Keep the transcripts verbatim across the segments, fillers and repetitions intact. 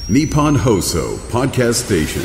Nippon Hoso Podcast Station。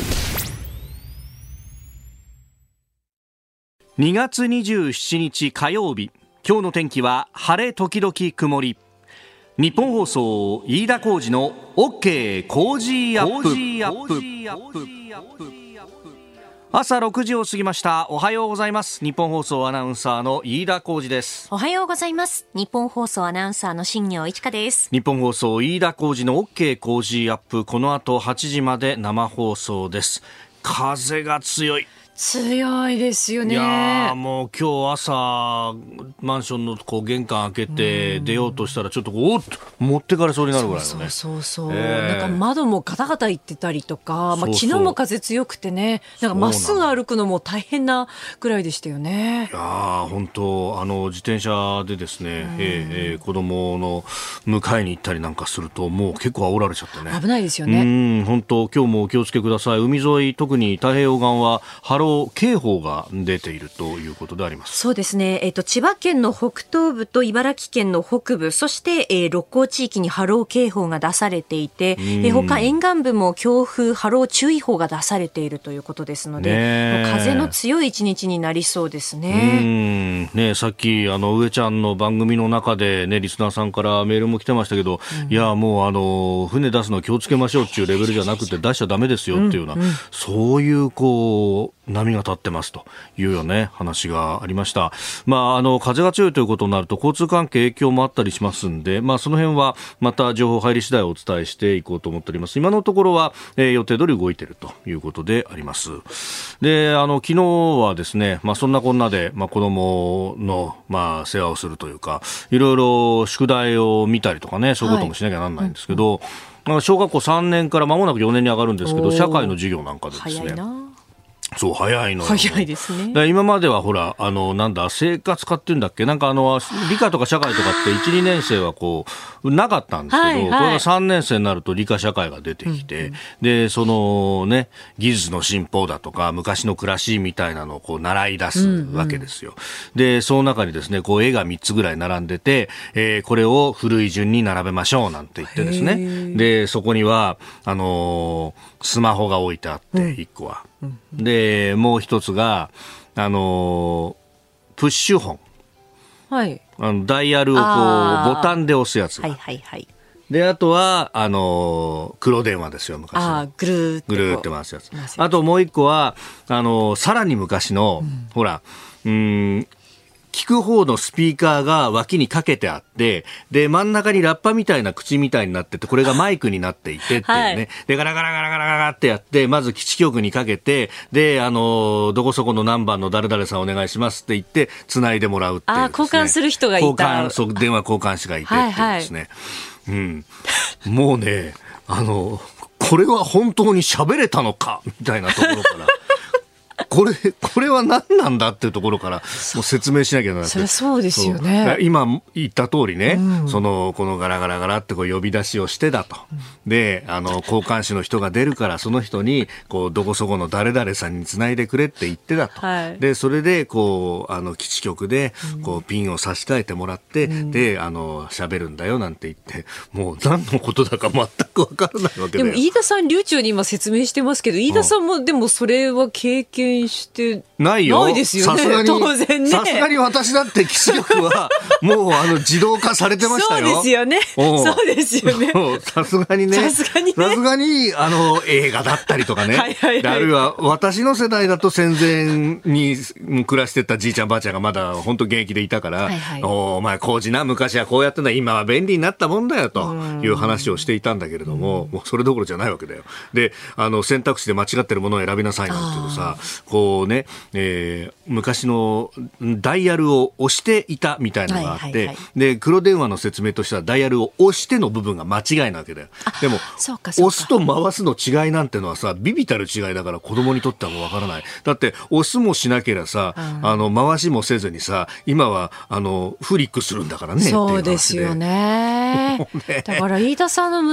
にがつにじゅうしちにち火曜日、今日の天気は晴れ時々曇り。日本放送飯田浩司の OK 工事アップ。朝ろくじを過ぎました。おはようございます。日本放送アナウンサーの飯田浩司です。 おはようございます。日本放送アナウンサーの新業一華です。 日本放送飯田浩司の OK 工事アップ、この後はちじまで生放送です。風が強い。 強いですよね。 いやもう今日朝マンションのこう玄関開けて出ようとしたらちょっとおっと持ってかれそうになるぐらいのね。 そうそうそうそう、 えー、 なんか窓もガタガタいってたりとか、まあ、 そうそう昨日も風強くてね、なんかまっすぐ歩くのも大変なぐらいでしたよね。 いや本当あの自転車でですね、えーえー、子供の迎えに行ったりなんかするともう結構煽られちゃってね、 危ないですよね。 うん本当今日もお気をつけください。海沿い特に太平洋側は波浪警報が出ているということであります。 そうですね、えーと、千葉県の北東部と茨城県の北部、そして、えー、六甲地域に波浪警報が出されていて、えー、他沿岸部も強風波浪注意報が出されているということですので、ね、もう風の強い一日になりそうですね。 うんねさっきあの上ちゃんの番組の中で、ね、リスナーさんからメールも来てましたけど、うん、いやもうあの船出すの気をつけましょうっていうレベルじゃなくて出しちゃダメですよっていうような、うんうん、そういうこう波が立ってますというよね話がありました。まああの風が強いということになると交通関係影響もあったりしますんで、まあその辺はまた情報入り次第お伝えしていこうと思っております。今のところは、えー、予定通り動いているということであります。であの昨日はですね、まあそんなこんなで、まあ、子供のまあ世話をするというかいろいろ宿題を見たりとかね、そういうこともしなきゃなんないんですけど、はい、小学校さんねんから間もなくよねんに上がるんですけど、社会の授業なんかでですね、 早いな。 そう早いのよ。 早いですね。 だ今まではほらあのなんだ生活科っていうんだっけ、なんかあの理科とか社会とかっていち、にねん生はこうなかったんですけど、はいはい、これがさんねん生になると理科社会が出てきて、うんうん、でそのね技術の進歩だとか昔の暮らしみたいなのをこう習い出すわけですよ。うんうん、でその中にですねこう絵がみっつぐらい並んでて、えー、これを古い順に並べましょうなんて言ってですね、でそこにはあのー、スマホが置いてあっていっこは、うんうん、でもう一つがあのー、プッシュホン、はい、あのダイヤルをこうボタンで押すやつが、はいはいはい、であとはあのー、黒電話ですよ昔の。あぐるーってぐるーって回すやつ。あともう一個はあのー、さらに昔の、うん、ほらうーん聞く方のスピーカーが脇にかけてあって、で真ん中にラッパみたいな口みたいになってて、これがマイクになっていてっていうね、はい、でガラガラガラガラガラってやってまず基地局にかけて、であのどこそこの何番の誰々さんお願いしますって言って繋いでもらうっていうですね、あ交換する人がいた、交換そう電話交換士がいてっていうですね、はいはい、うん、もうねあのこれは本当に喋れたのかみたいなところからこれ、これは何なんだっていうところからもう説明しなきゃならない。 それそうですよね。 今言った通りね、うん、そのこのガラガラガラってこう呼び出しをしてだと、うん、であの交換士の人が出るからその人にこうどこそこの誰々さんにつないでくれって言ってだと、はい、でそれでこうあの基地局でこうピンを差し替えてもらって、うん、であの喋るんだよなんて言ってもう何のことだか全く分からないわけだよ。 でも飯田さん流暢に今説明してますけど、飯田さんもでもそれは経験してないよ。 ないですよね。さすがに当然ね。 さすがに私だって基地局はもうあの自動化されてましたよ。 そうですよね。そうですよね。 さすがにね。さすがにね。さすがにあの映画だったりとかね。はいはいはい、あるいは私の世代だと戦前に暮らしてたじいちゃんばあちゃんがまだ本当現役でいたから、はいはい、お, お前工事な昔はこうやってんだ今は便利になったもんだよという話をしていたんだけれども、もうそれどころじゃないわけだよ。であの選択肢で間違ってるものを選びなさいなんていうのさ、こうね、えー、昔のダイヤルを押していたみたいなのがあって、はいはいはい、で黒電話の説明としてはダイヤルを押しての部分が間違いなわけだよ。でも押すと回すの違いなんてのはさ微々たる違いだから子供にとってはもうわからない。だって押すもしなければさ、うん、あの回しもせずにさ今はあのフリックするんだからね。 そうですよ ね, ねだから飯田さんの息子さんに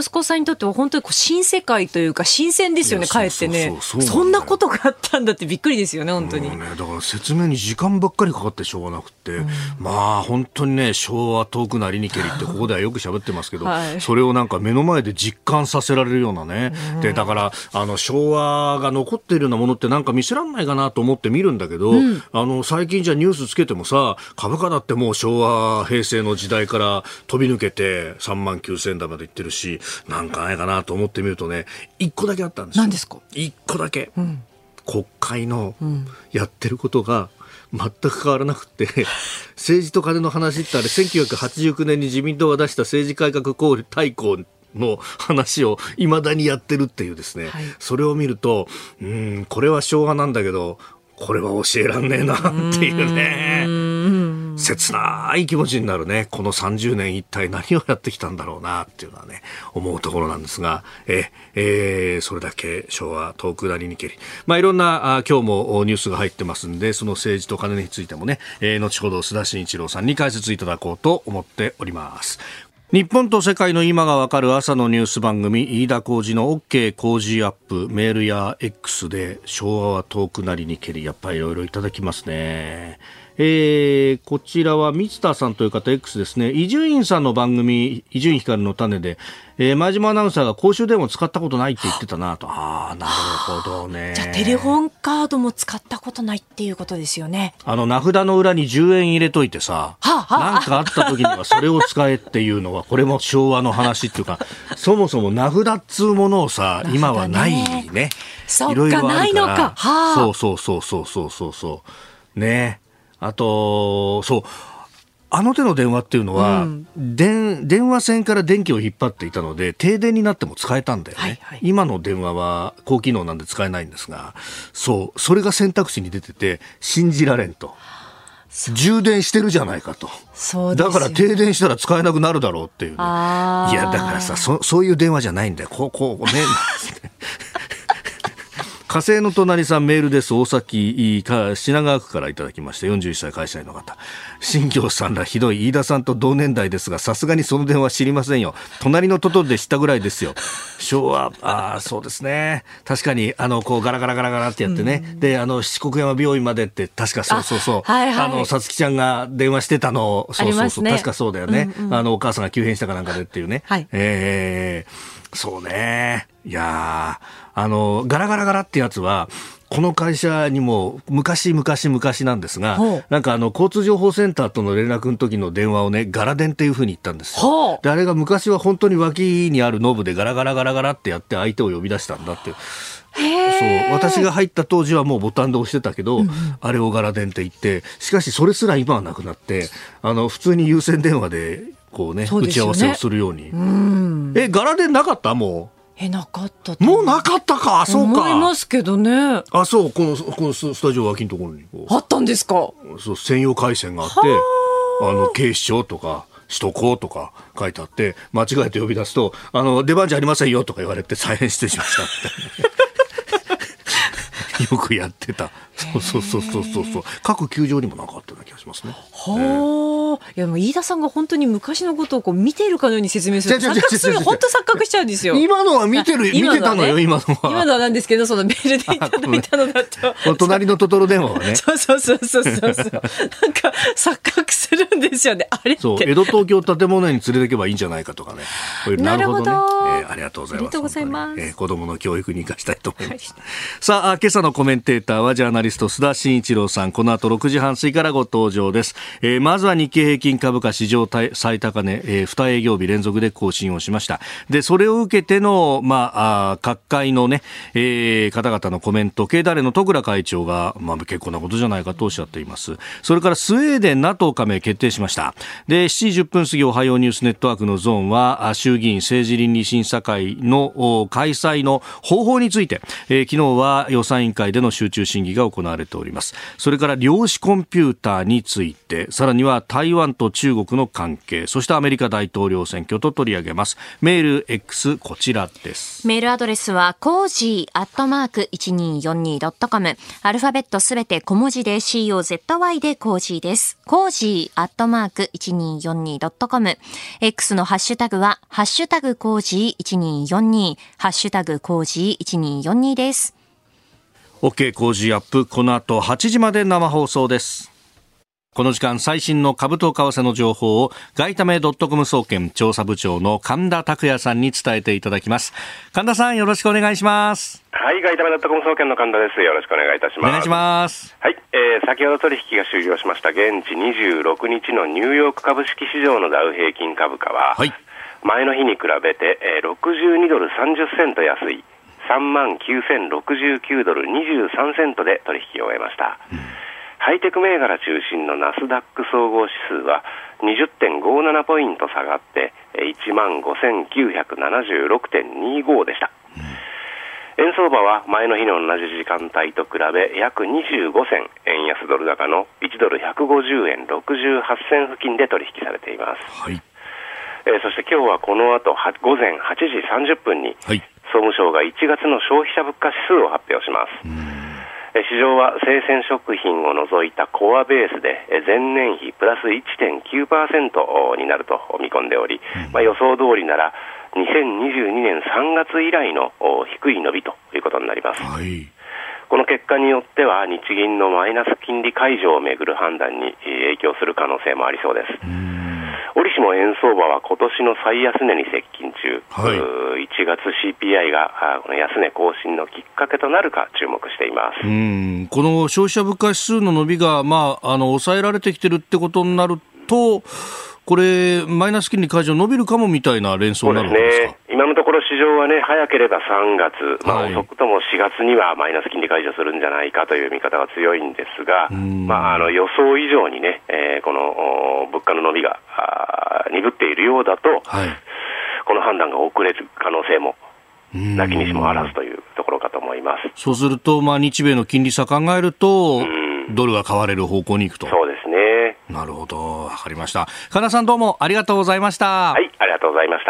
にとっては本当にこう新世界というか新鮮ですよね。帰ってね、そんなことがあったんだってびっくりですよね本当に、 うんね、だから説明に時間ばっかりかかってしょうがなくて、うん、まあ本当にね昭和遠くなりにけりってここではよく喋ってますけど、はい、それをなんか目の前で実感させられるようなね、うん、でだからあの昭和が残っているようなものってなんか見せらんないかなと思って見るんだけど、うん、あの最近じゃニュースつけてもさ、株価だってもう昭和平成の時代から飛び抜けてさんまんきゅうせんだまでいってるし、なんかないかなと思ってみるとね、いっこだけあったんですよ。 何ですか？ いっこだけ、うん、国会のやってることが全く変わらなくて政治と金の話ってあれせんきゅうひゃくはちじゅうきゅうねんに自民党が出した政治改革大綱の話を未だにやってるっていうですね、はい、それを見るとうーんこれは昭和なんだけどこれは教えらんねえなっていうね、う切ない気持ちになるね。このさんじゅうねん一体何をやってきたんだろうなっていうのはね思うところなんですが、え、えー、それだけ昭和遠くなりにけり、まあいろんなあ今日もニュースが入ってますんで、その政治と金についてもね、えー、後ほど須田慎一郎さんに解説いただこうと思っております。日本と世界の今がわかる朝のニュース番組、飯田浩司の OK 工事アップ、メールや X で昭和は遠くなりにけり、やっぱりいろいろいただきますね。えー、こちらはミスターさんという方 X ですね。伊集院さんの番組伊集院光の種で、えー、前島アナウンサーが公衆電話使ったことないって言ってたなと。ああ、なるほどね。 じゃあテレホンカードも使ったことないっていうことですよね。 あの名札の裏にじゅうえん入れといてさ、はあはあ、なんかあった時にはそれを使えっていうのはこれも昭和の話っていうかそもそも名札っつうものをさ今はないね。 そっか、いろいろあるからないのか、はあ、 そうそうそうそうそうそうそうね。あとそうあの手の電話っていうのは、うん、電, 電話線から電気を引っ張っていたので停電になっても使えたんだよね、はいはい、今の電話は高機能なんで使えないんですが、そうそれが選択肢に出てて信じられんと。充電してるじゃないかと。そうですよ。だから停電したら使えなくなるだろうっていう、ね、あいやだからさ そ, そういう電話じゃないんだよ。こうこうね火星の隣さんメールです。大崎か品川区からいただきました。よんじゅういっさい会社員の方。新庄さんらひどい。飯田さんと同年代ですがさすがにその電話知りませんよ。隣のトトロで知ったぐらいですよ。昭和あそうですね。確かにあのこうガラガラガラガラってやってね、うん、であの七国山病院までって確かそうそうそうあ、はいはい、あのさつきちゃんが電話してたのそうそうそう、ね、確かそうだよね、うんうん、あのお母さんが急変したかなんかでっていうね、はい、えー、そうね。いやあのガラガラガラってやつはこの会社にも昔昔昔なんですが、なんかあの交通情報センターとの連絡の時の電話をねガラ電っていう風に言ったんですよ。であれが昔は本当に脇にあるノブでガラガラガラガラってやって相手を呼び出したんだって。そう私が入った当時はもうボタンで押してたけど、うんうん、あれをガラ電って言って、しかしそれすら今はなくなってあの普通に有線電話でこうね打ち合わせをするように。うん、えガラ電なかったもうえなかったもうなかったか。そうか思いますけどね。 あそうこのこのスタジオ脇のところにこうあったんですか。 そう専用回線があってあの警視庁とか首都高とか書いてあって間違えて呼び出すとあの出番じゃありませんよとか言われて再編してしましたよくやってた。そうそうそうそうそうそう。各球場にもなかったような気がしますね。 はあ、いやもう飯田さんが本当に昔のことをこう見ているかのように説明する。錯覚する本当錯覚しちゃうんですよ。 今のは見てる見てたのよ今のは。 今のはなんですけどそのメールでいただいたのだと。 隣のトトロ電話はね。 そうそうそうそうそうそう。なんか錯覚するんですよね。あれって。 そう江戸東京建物に連れていけばいいんじゃないかとかね。こういうなるほどね。えー、ありがとうございます。ありがとうございます。えー、子供の教育に生かしたいと思います。はい、さあ今朝のコメンテーターはジャーナリスト須田慎一郎さん。この後ろくじはん過ぎからご登場です。えー、まずは日経平均株価史上最高値、えー、に営業日連続で更新をしました。でそれを受けての、まあ、あ各界の、ねえー、方々のコメント、経団連の十倉会長が、まあ、結構なことじゃないかとおっしゃっています。それからスウェーデン ナトー 加盟決定しました。でしちじじゅっぷん過ぎおはようニュースネットワークのゾーンは衆議院政治倫理審査会の開催の方法について、えー、昨日は予算委員会での集中審議が行われております。それから量子コンピューターについて、さらには台湾と中国の関係、そしてアメリカ大統領選挙と取り上げます。メール X こちらです。 メールアドレスはコージーアットマーク いちにーよんにードットコム、 アルファベットすべて小文字で コー でコージーです。コージーアットマーク いちにーよんにードットコム、 X のハッシュタグはハッシュタグコージーいちにーよんにー、ハッシュタグコージーいちにーよんにーです。 OK コージーアップ、この後はちじまで生放送です。この時間最新の株と為替の情報を外為ドットコム総研調査部長の神田拓也さんに伝えていただきます。神田さん、よろしくお願いします。 はい、外為ドットコム総研の神田です。よろしくお願いいたします。 お願いします。 はい、えー、先ほど取引が終了しました現地にじゅうろくにちのニューヨーク株式市場のダウ平均株価は、はい、前の日に比べて、えー、ろくじゅうにドルさんじゅっセント安い さんまんきゅうせんろくじゅうきゅうドルにじゅうさんセントで取引を終えました。うん、ハイテク銘柄中心のナスダック総合指数は にじゅってんごなな ポイント下がっていちまんごせんきゅうひゃくななじゅうろくてんにごでした。うん、円相場は前の日の同じ時間帯と比べ約にじゅうごせん円安ドル高のいちドルひゃくごじゅうえんろくじゅうはち銭付近で取引されています。はい、えー、そして今日はこの後午前はちじさんじゅっぷんに、はい、総務省がいちがつの消費者物価指数を発表します。うん、市場は生鮮食品を除いたコアベースで前年比プラス いってんきゅうパーセント になると見込んでおり、うん、まあ、予想通りならにせんにじゅうにねんさんがつ以来の低い伸びということになります。はい、この結果によっては日銀のマイナス金利解除をめぐる判断に影響する可能性もありそうです。うん、折しも円相場は今年の最安値に接近中、はい、いちがつ シーピーアイ がこの安値更新のきっかけとなるか注目しています。 うん、この消費者物価指数の伸びが、まあ、あの抑えられてきてるってことになると、これマイナス金利解除伸びるかもみたいな連想になるんですか。 そうですね、今のところ市場はね、早ければさんがつ、まあ、遅くともしがつにはマイナス金利解除するんじゃないかという見方が強いんですが、まあ、あの予想以上にね、えー、この物価の伸びが鈍っているようだと、はい、この判断が遅れる可能性もなきにしもあらずというところかと思います。 そうすると、まあ、日米の金利差考えるとドルが買われる方向に行くと。 そうですね。 なるほど、わかりました。神田さん、どうもありがとうございました。 はい、ありがとうございました。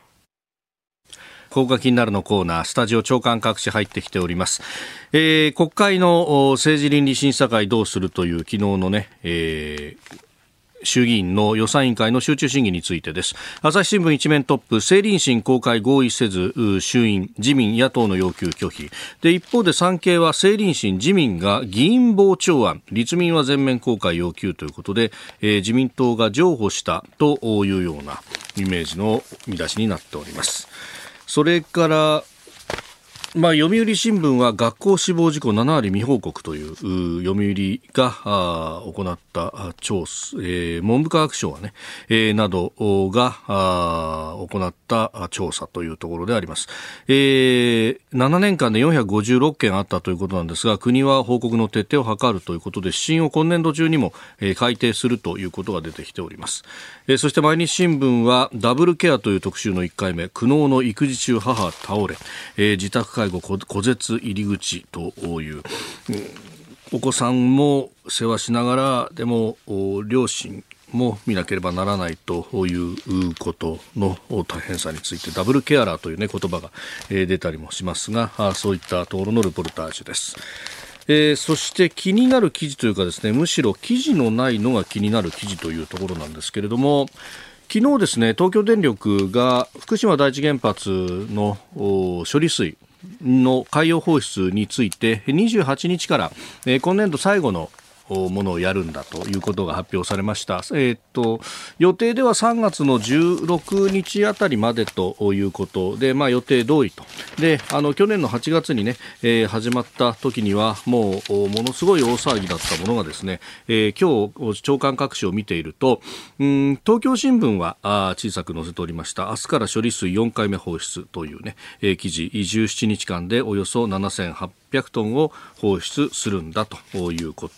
ここが気になるのコーナー、スタジオ長官各紙入ってきております。えー、国会の政治倫理審査会どうするという昨日のね、えー衆議院の予算委員会の集中審議についてです。朝日新聞一面トップ、政倫審公開合意せず衆院自民野党の要求拒否で、一方で産経は政倫審自民が議員傍聴案、立民は全面公開要求ということで、えー、自民党が譲歩したというようなイメージの見出しになっております。それからまあ、読売新聞は学校死亡事故ななわり未報告という読売が行った調査、えー、文部科学省はね、えー、などが行った調査というところであります。えー、ななねんかんでよんひゃくごじゅうろっけんあったということなんですが、国は報告の徹底を図るということで指針を今年度中にも、えー、改定するということが出てきております。えー、そして毎日新聞はダブルケアという特集のいっかいめ、苦悩の育児中母倒れ、えー、自宅介護戸絶入り口という、うん、お子さんも世話しながらでも両親も見なければならないということの大変さについてダブルケアラーという、ね、言葉が出たりもしますが、そういったところのルポルタージュです。えー、そして気になる記事というかですね、むしろ記事のないのが気になる記事というところなんですけれども、昨日ですね、東京電力が福島第一原発の処理水の海洋放出についてにじゅうはちにちから、えー、今年度最後のものをやるんだということが発表されました。えー、っと予定ではさんがつのじゅうろくにちあたりまでということで、まあ、予定通りと。で、あの去年のはちがつにね、えー、始まった時にはもうものすごい大騒ぎだったものがですね、えー、今日長官各紙を見ていると、うん、東京新聞はあ小さく載せておりました。明日から処理水よんかいめ放出というね、えー、記事、じゅうしちにちかんでおよそななせんはっぴゃくトンを放出するんだということで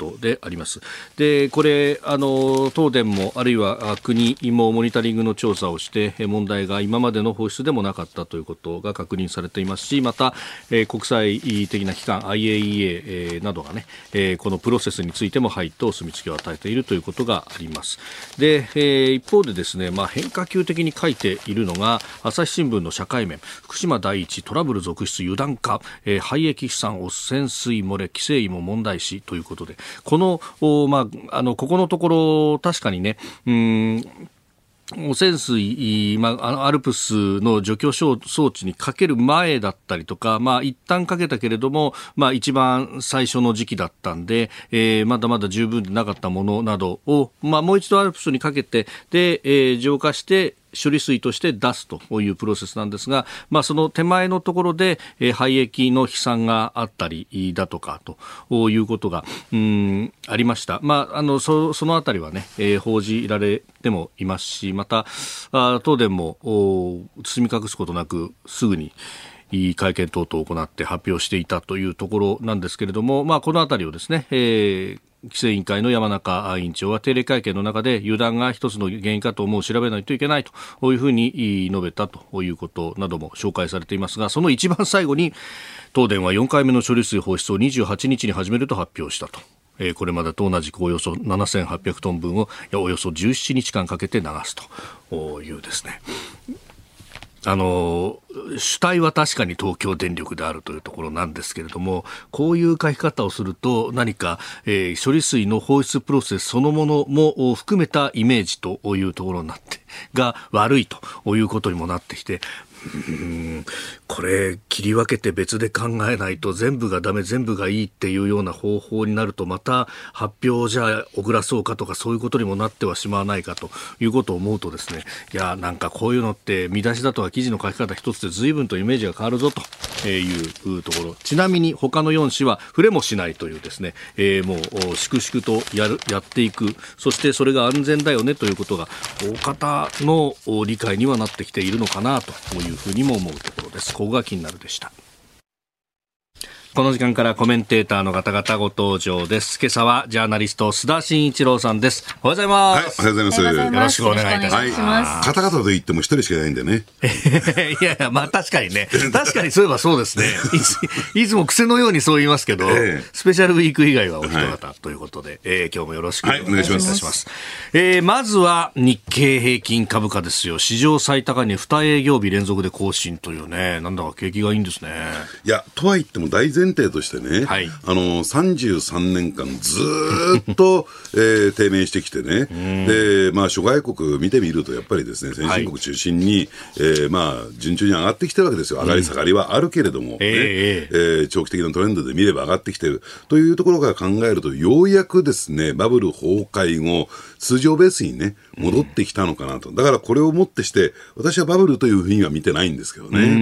あります。でこれあの東電もあるいは国もモニタリングの調査をして問題が今までの放出でもなかったということが確認されていますし、また、えー、国際的な機関 アイエーイーエー、えー、などがね、えー、このプロセスについても配当お墨付きを与えているということがあります。で、えー、一方でですね、まあ、変化球的に書いているのが朝日新聞の社会面、福島第一トラブル続出油断化、えー、廃液飛散汚染水漏れ規制委も問題視ということで、この、まあ、あのここのところ確かにね、うーん汚染水、まあ、あのアルプスの除去装置にかける前だったりとか、まあ、一旦かけたけれども、まあ、一番最初の時期だったんで、えー、まだまだ十分でなかったものなどを、まあ、もう一度アルプスにかけてで、えー、浄化して処理水として出すというプロセスなんですが、まあ、その手前のところで、えー、廃液の飛散があったりだとかということがうーんありました。まあ、あの そ, そのあたりはね、えー、報じられてもいますし、またあ東電も包み隠すことなくすぐに会見等々を行って発表していたというところなんですけれども、まあ、このあたりをですね、えー規制委員会の山中委員長は定例会見の中で油断が一つの原因かと思う、調べないといけないというふうに述べたということなども紹介されていますが、その一番最後に東電はよんかいめの処理水放出をにじゅうはちにちに始めると発表したと。えー、これまでと同じくおよそななせんはっぴゃくトン分をおよそじゅうななにちかんかけて流すというですね、あの主体は確かに東京電力であるというところなんですけれども、こういう書き方をすると何か、えー、処理水の放出プロセスそのものも含めたイメージというところになってが悪いということにもなってきて、うーんこれ切り分けて別で考えないと全部がダメ全部がいいっていうような方法になると、また発表をじゃあ遅らそうかとかそういうことにもなってはしまわないかということを思うとですね、いやなんかこういうのって見出しだとか記事の書き方一つで随分とイメージが変わるぞというところ。ちなみに他のよん紙は触れもしないというですね、えー、もう粛々とやるやっていく、そしてそれが安全だよねということが大方の理解にはなってきているのかなというふうにも思うところです。ここが気になるでした。この時間からコメンテーターの方々ご登場です。今朝はジャーナリスト須田慎一郎さんです。おはようございます。 はい、おはようございます。 よろしくお願いいたします。 はい、方々と言っても一人しかいないんでね。 いやいや、まあ確かにね。確かにそういえばそうですね。いつ、いつも癖のようにそう言いますけど、えー、スペシャルウィーク以外はお一方ということで、はい、えー、今日もよろしくお願いいたします。はい、ますえー、まずは日経平均株価ですよ。史上最高値に営業日連続で更新というね、なんだか景気がいいんですね。 いや、とは言っても大前提としてね、はい、あのさんじゅうさんねんかんずっと、えー、低迷してきてね、で、まあ、諸外国見てみるとやっぱりですね、先進国中心に、はい、えー、まあ、順調に上がってきてるわけですよ。上がり下がりはあるけれども、ね、えーえー、長期的なトレンドで見れば上がってきてるというところから考えると、ようやくですね、バブル崩壊後通常ベースにね戻ってきたのかなと。だからこれをもってして私はバブルというふうには見てないんですけどね。うん、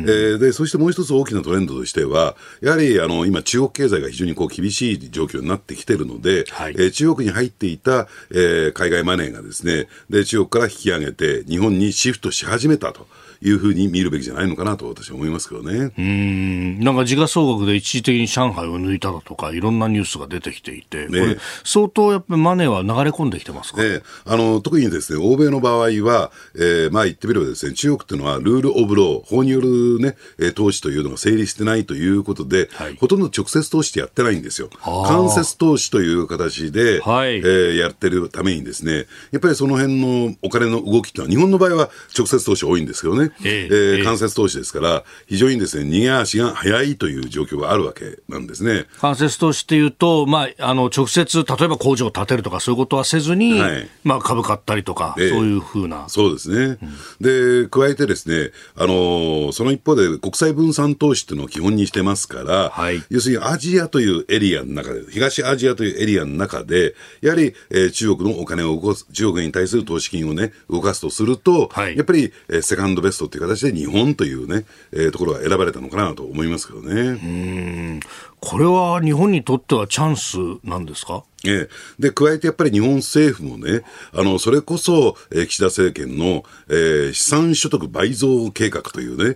えー、でそしてもう一つ大きなトレンドとしてはやはりあの今中国経済が非常にこう厳しい状況になってきているので、はい、えー、中国に入っていた、えー、海外マネーがですね、で中国から引き上げて日本にシフトし始めたというふうに見るべきじゃないのかなと私は思いますけどね。 うーん、なんか時価総額で一時的に上海を抜いただとかいろんなニュースが出てきていて、ね、これ相当やっぱりマネーは流れ込んできてますか、 ね、あの特にですね欧米の場合は、えー、まあ言ってみればですね、中国というのはルールオブロー、法による、ね、投資というのが成立してないということで、はい、ほとんど直接投資ってやってないんですよ。間接投資という形で、はい、えー、やってるためにですね、やっぱりその辺のお金の動きというのは日本の場合は直接投資多いんですけどね、えーえー、間接投資ですから非常にですね逃げ足が早いという状況があるわけなんですね。 間接投資っていうと、まあ、あの直接例えば工場を建てるとかそういうことはせずに、はい、まあ、株買ったりとか、えー、そういうふうな。 そうですね、うん、で加えてですね、あのその一方で国際分散投資っていうのを基本にしてますから、はい、要するにアジアというエリアの中で、東アジアというエリアの中でやはり、えー、中国のお金を動かす、中国に対する投資金をね動かすとすると、はい、やっぱり、えー、セカンドベストという形で日本というね、えー、ところが選ばれたのかなと思いますけどね。うーん、これは日本にとってはチャンスなんですか？ ええ、で加えてやっぱり日本政府もね、あのそれこそ、えー、岸田政権の、えー、資産所得倍増計画というね、え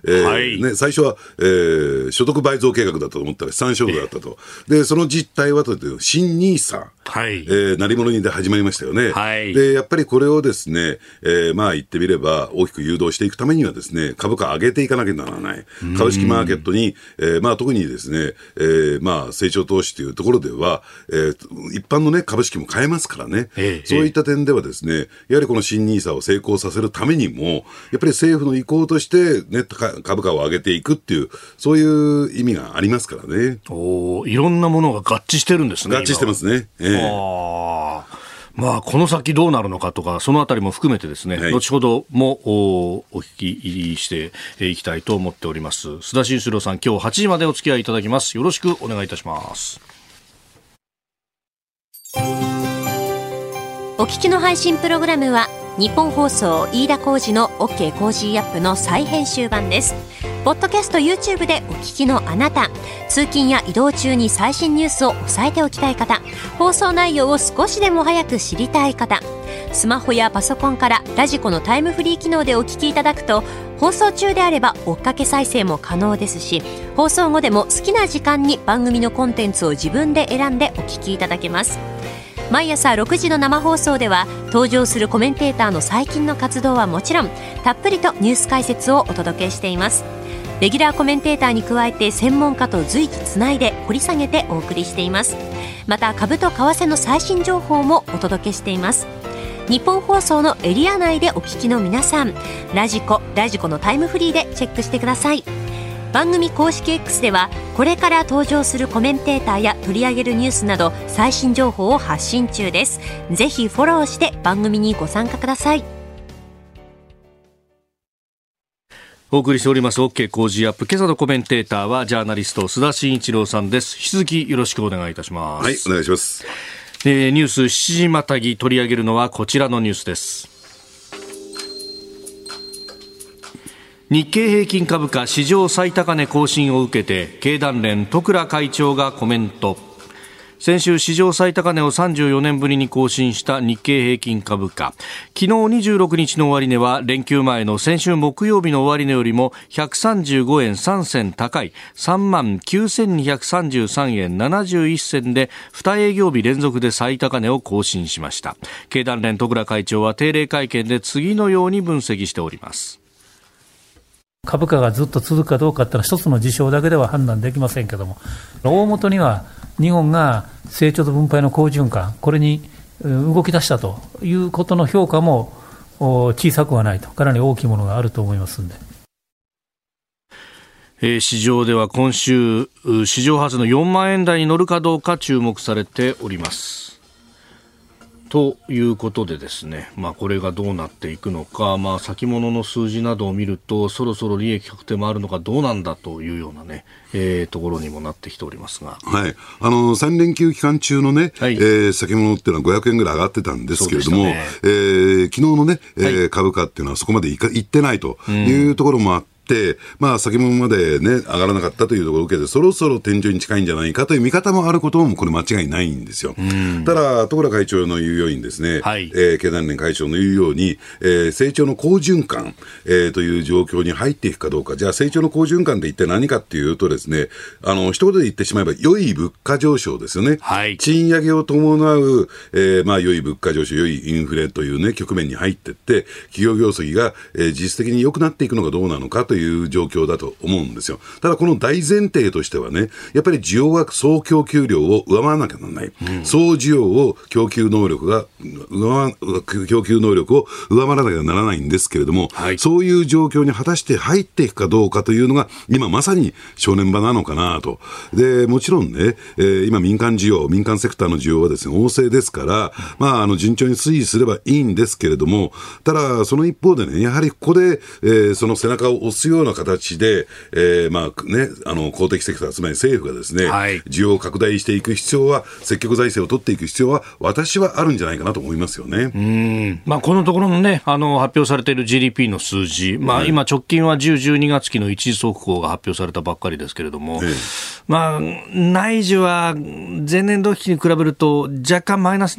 えーはいね、最初は、えー、所得倍増計画だったと思ったら資産所得だったと、えー、でその実態はというと新ニーサ、はいえー、鳴り物入りで始まりましたよね、はい、でやっぱりこれをですね、えー、まあ言ってみれば大きく誘導していくためにはですね株価上げていかなきゃならない、株式マーケットに、えーまあ、特にですね、えーまあ、成長投資というところでは、えー、一般の、ね、株式も買えますからね、えー、そういった点ではですねやはりこの新ニーサを成功させるためにもやっぱり政府の意向として、ね、株価を上げていくっていうそういう意味がありますからね。 おいろんなものが合致してるんですね。 合致してますね、えー、 あまあ、この先どうなるのかとかそのあたりも含めてですね、はい、後ほども お, お聞きしていきたいと思っております。須田慎一郎さん、今日はちじまでお付き合いいただきます。よろしくお願いいたします。 お聞きの配信プログラムは日本放送飯田浩司の OK コージーアップの再編集版です。ポッドキャスト YouTube でお聞きのあなた、通勤や移動中に最新ニュースを押さえておきたい方、放送内容を少しでも早く知りたい方、スマホやパソコンからラジコのタイムフリー機能でお聞きいただくと放送中であれば追っかけ再生も可能ですし、放送後でも好きな時間に番組のコンテンツを自分で選んでお聞きいただけます。毎朝ろくじの生放送では登場するコメンテーターの最近の活動はもちろんたっぷりとニュース解説をお届けしています。レギュラーコメンテーターに加えて専門家と随時つないで掘り下げてお送りしています。また株と為替の最新情報もお届けしています。日本放送のエリア内でお聞きの皆さん、ラジコ、ラジコのタイムフリーでチェックしてください。番組公式 X ではこれから登場するコメンテーターや取り上げるニュースなど最新情報を発信中です。ぜひフォローして番組にご参加ください。 お送りしております OK 工事アップ、今朝のコメンテーターはジャーナリスト須田慎一郎さんです。引き続きよろしくお願いいたします。 はい、お願いします。 えー、ニュースしちじまたぎ取り上げるのはこちらのニュースです。日経平均株価史上最高値更新を受けて経団連十倉会長がコメント。先週史上最高値をさんじゅうよねんぶりに更新した日経平均株価、昨日にじゅうろくにちの終値は連休前の先週木曜日の終値よりもひゃくさんじゅうごえんさんせん高い さんまんきゅうせんにひゃくさんじゅうさんえんななじゅういっせんでに営業日連続で最高値を更新しました。経団連十倉会長は定例会見で次のように分析しております。 株価がずっと続くかどうかっていうのは一つの事象だけでは判断できませんけども、大元には日本が成長と分配の好循環、これに動き出したということの評価も小さくはないと、かなり大きいものがあると思いますんで。 えー、市場では今週史上初のよんまんえん台に乗るかどうか注目されております。ということでですね、まあ、これがどうなっていくのか、まあ、先物の数字などを見るとそろそろ利益確定もあるのかどうなんだというようなね、えー、ところにもなってきておりますが、 はい、あのさん連休期間中のね、はい、えー、先物っていうのはごひゃくえんぐらい上がってたんですけれども、ね、えー、昨日のね、えーはい、株価っていうのはそこまでいかいってないというところもあって、でまあ、先物まで、ね、上がらなかったというところを受けてそろそろ天井に近いんじゃないかという見方もあることもこれ間違いないんですよ。ただ十倉会長の言うようにですね、はい、えー、経団連会長の言うように、えー、成長の好循環、えー、という状況に入っていくかどうか。じゃあ成長の好循環って一体何かっていうとですね、あの一言で言ってしまえば良い物価上昇ですよね、はい、賃上げを伴う、えーまあ、良い物価上昇、良いインフレという、ね、局面に入っていって企業業績が、えー、実質的に良くなっていくのかどうなのかというという状況だと思うんですよ。ただこの大前提としてはね、やっぱり需要が総供給量を上回らなきゃならない、うん、総需要を供給能力が上供給能力を上回らなきゃならないんですけれども、はい、そういう状況に果たして入っていくかどうかというのが今まさに正念場なのかなと。でもちろんね、えー、今民間需要民間セクターの需要はですね旺盛ですから、まあ、あの順調に推移すればいいんですけれども、ただその一方でね、やはりここで、えー、その背中を押すような形で、えーまあね、あの公的セクター、つまり政府がですね、はい、需要を拡大していく必要は、積極財政を取っていく必要は私はあるんじゃないかなと思いますよね。 うん、まあ、このところのね、あの発表されている ジーディーピー の数字、まあ、今直近はじゅう、じゅうにがつ期の一時速報が発表されたばっかりですけれども、ええ、まあ、内需は前年同期に比べると若干マイナスにはなって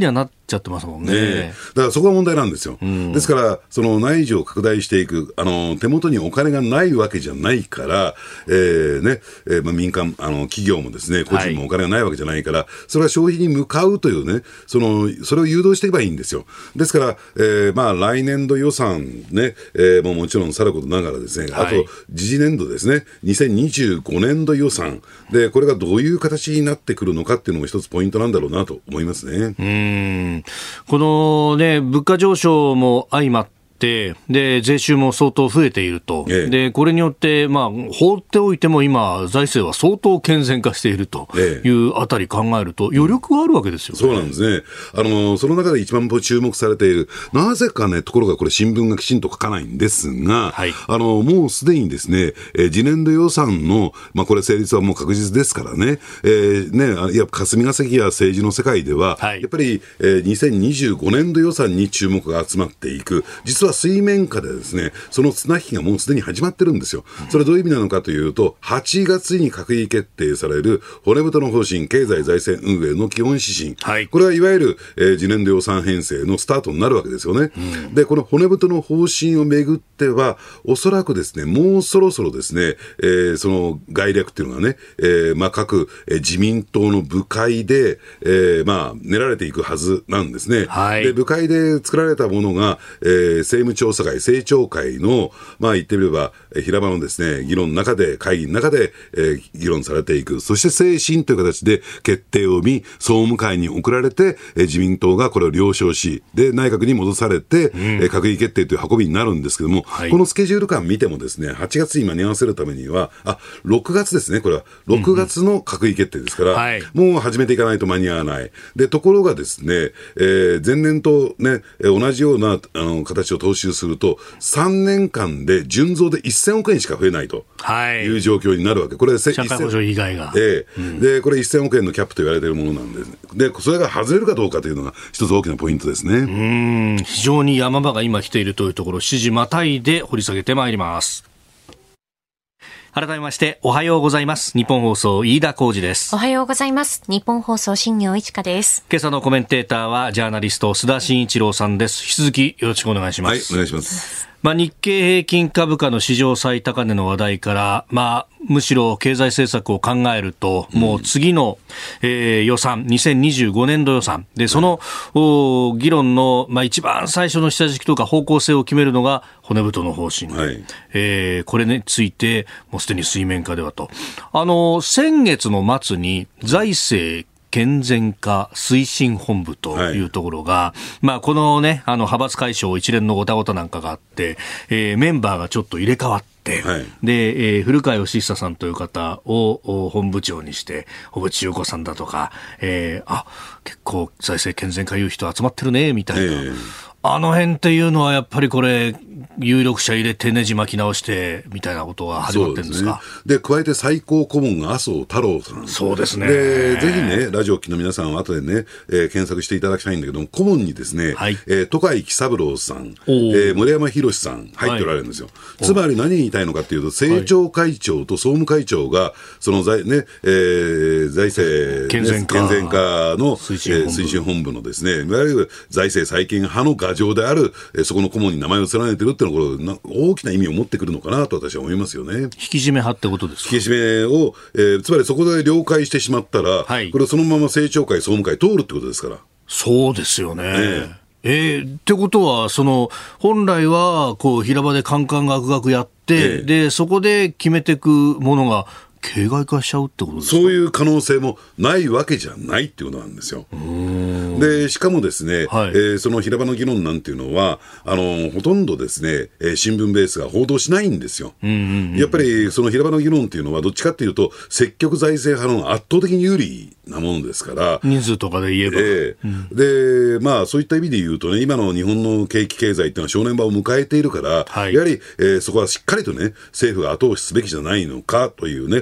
ちゃってますもんね。 ね、だからそこが問題なんですよ。うん、ですからその内需を拡大していく、あの手元にお金がないわけじゃないから、えーねえーまあ、民間あの企業もですね、個人もお金がないわけじゃないから、はい、それは消費に向かうというね、そのそれを誘導していけばいいんですよ。ですから、えーまあ、来年度予算ね、えー、も, もちろんさることながらですね、はい、あと次次年度ですね、にせんにじゅうごねんど予算でこれがどういう形になってくるのかっていうのも一つポイントなんだろうなと思いますね。 うーん、このね、物価上昇も相まってで税収も相当増えていると、ええ、でこれによって、まあ、放っておいても今財政は相当健全化しているというあたり考えると余力はあるわけですよね。 そうなんですね。あのその中で一番注目されている、なぜかね、ところがこれ新聞がきちんと書かないんですが、はい、あのもうすでにですね、えー、次年度予算の、まあ、これ成立はもう確実ですからね、えー、ね、いや霞が関や政治の世界では、はい、やっぱり、えー、にせんにじゅうごねんど予算に注目が集まっていく。実は水面下でですね、その綱引きがもうすでに始まってるんですよ。それはどういう意味なのかというと、はちがつに閣議決定される骨太の方針、経済財政運営の基本指針、はい、これはいわゆる、えー、次年度予算編成のスタートになるわけですよね。うん、でこの骨太の方針をめぐってはおそらくですね、もうそろそろですね、えー、その概略っていうのがね、えーまあ、各、えー、自民党の部会で、えーまあ、練られていくはずなんですね。はい、で部会で作られたものが、えー、政務調査会、政調会の、まあ、言ってみれば平場のですね、議論の中で、会議の中で、えー、議論されていく。そして精神という形で決定を見、総務会に送られて、えー、自民党がこれを了承し、で内閣に戻されて、うん、えー、閣議決定という運びになるんですけども、はい、このスケジュール感見てもですね、はちがつに間に合わせるためには、あ、ろくがつですね、これはろくがつの閣議決定ですから、うん、はい、もう始めていかないと間に合わない。でところがですね、えー、前年とね、同じようなあの形を踏襲するとさんねんかんで純増でせんおくえんしか増えないという状況になるわけ。これ社会保障以外が、 えーうん、でこれせんおくえんのキャップと言われているものなんです。でそれが外れるかどうかというのが一つ大きなポイントですね。 うーん、非常に山場が今来ているというところ、しちじまたいで掘り下げてまいります。改めましておはようございます。日本放送飯田浩司です。 おはようございます。日本放送新業一華です。 今朝のコメンテーターはジャーナリスト須田慎一郎さんです。引き続きよろしくお願いします。 はい、お願いします。 まあ、日経平均株価の史上最高値の話題から、まあ、むしろ経済政策を考えると、もう次の、えー、予算、にせんにじゅうごねんど予算で、その、はい、議論の、まあ、一番最初の下敷きとか方向性を決めるのが骨太の方針、はい、えー、これについてもうすでに水面下ではと、あの先月の末に財政健全化推進本部というところが、はい、まあ、このね、あの派閥解消一連のごたごたなんかがあって、えー、メンバーがちょっと入れ替わって、はい、で、えー、古川義久さんという方を本部長にして小渕優子さんだとか、えー、あ、結構財政健全化いう人集まってるねみたいな、えーあの辺っていうのはやっぱりこれ有力者入れてねじ巻き直してみたいなことが始まってるんですか。 で、ね、加えて最高顧問が麻生太郎さん。 そうですね。 でぜひね、ラジオを聴きの皆さんは後でね、えー、検索していただきたいんだけども、顧問にですね、はい、えー、戸海喜三郎さん、えー、森山博さん入っておられるんですよ。はい、つまり何言いたいのかというと、政調会長と総務会長がその財、ね、えー、財政、ね、 健全化、 健全化の推進本部、えー、推進本部のですね、いわゆる財政再建派の牙城である、えー、そこの顧問に名前を連ねてるっていうのはこれ大きな意味を持ってくるのかなと私は思いますよね。 引き締め派ってことですか。 引き締めを、えー、つまりそこで了解してしまったら、はい、これそのまま政調会総務会通るってことですから。 そうですよね。えーえー、ってことはその本来はこう平場でカンカンガクガクやって、えー、でそこで決めていくものが形骸化しちゃうってことですか。 そういう可能性もないわけじゃないっていうことなんですよ。でしかもですね、はい、えー、その平場の議論なんていうのはあのほとんどですね、えー、新聞ベースが報道しないんですよ。うんうんうん、やっぱりその平場の議論っていうのはどっちかっていうと積極財政派の圧倒的に有利なものですから、 人数とかで言えば、 えーうん、でまあそういった意味で言うとね、今の日本の景気経済っていうのは正念場を迎えているから、はい、やはり、えー、そこはしっかりとね政府が後押しすべきじゃないのかというね、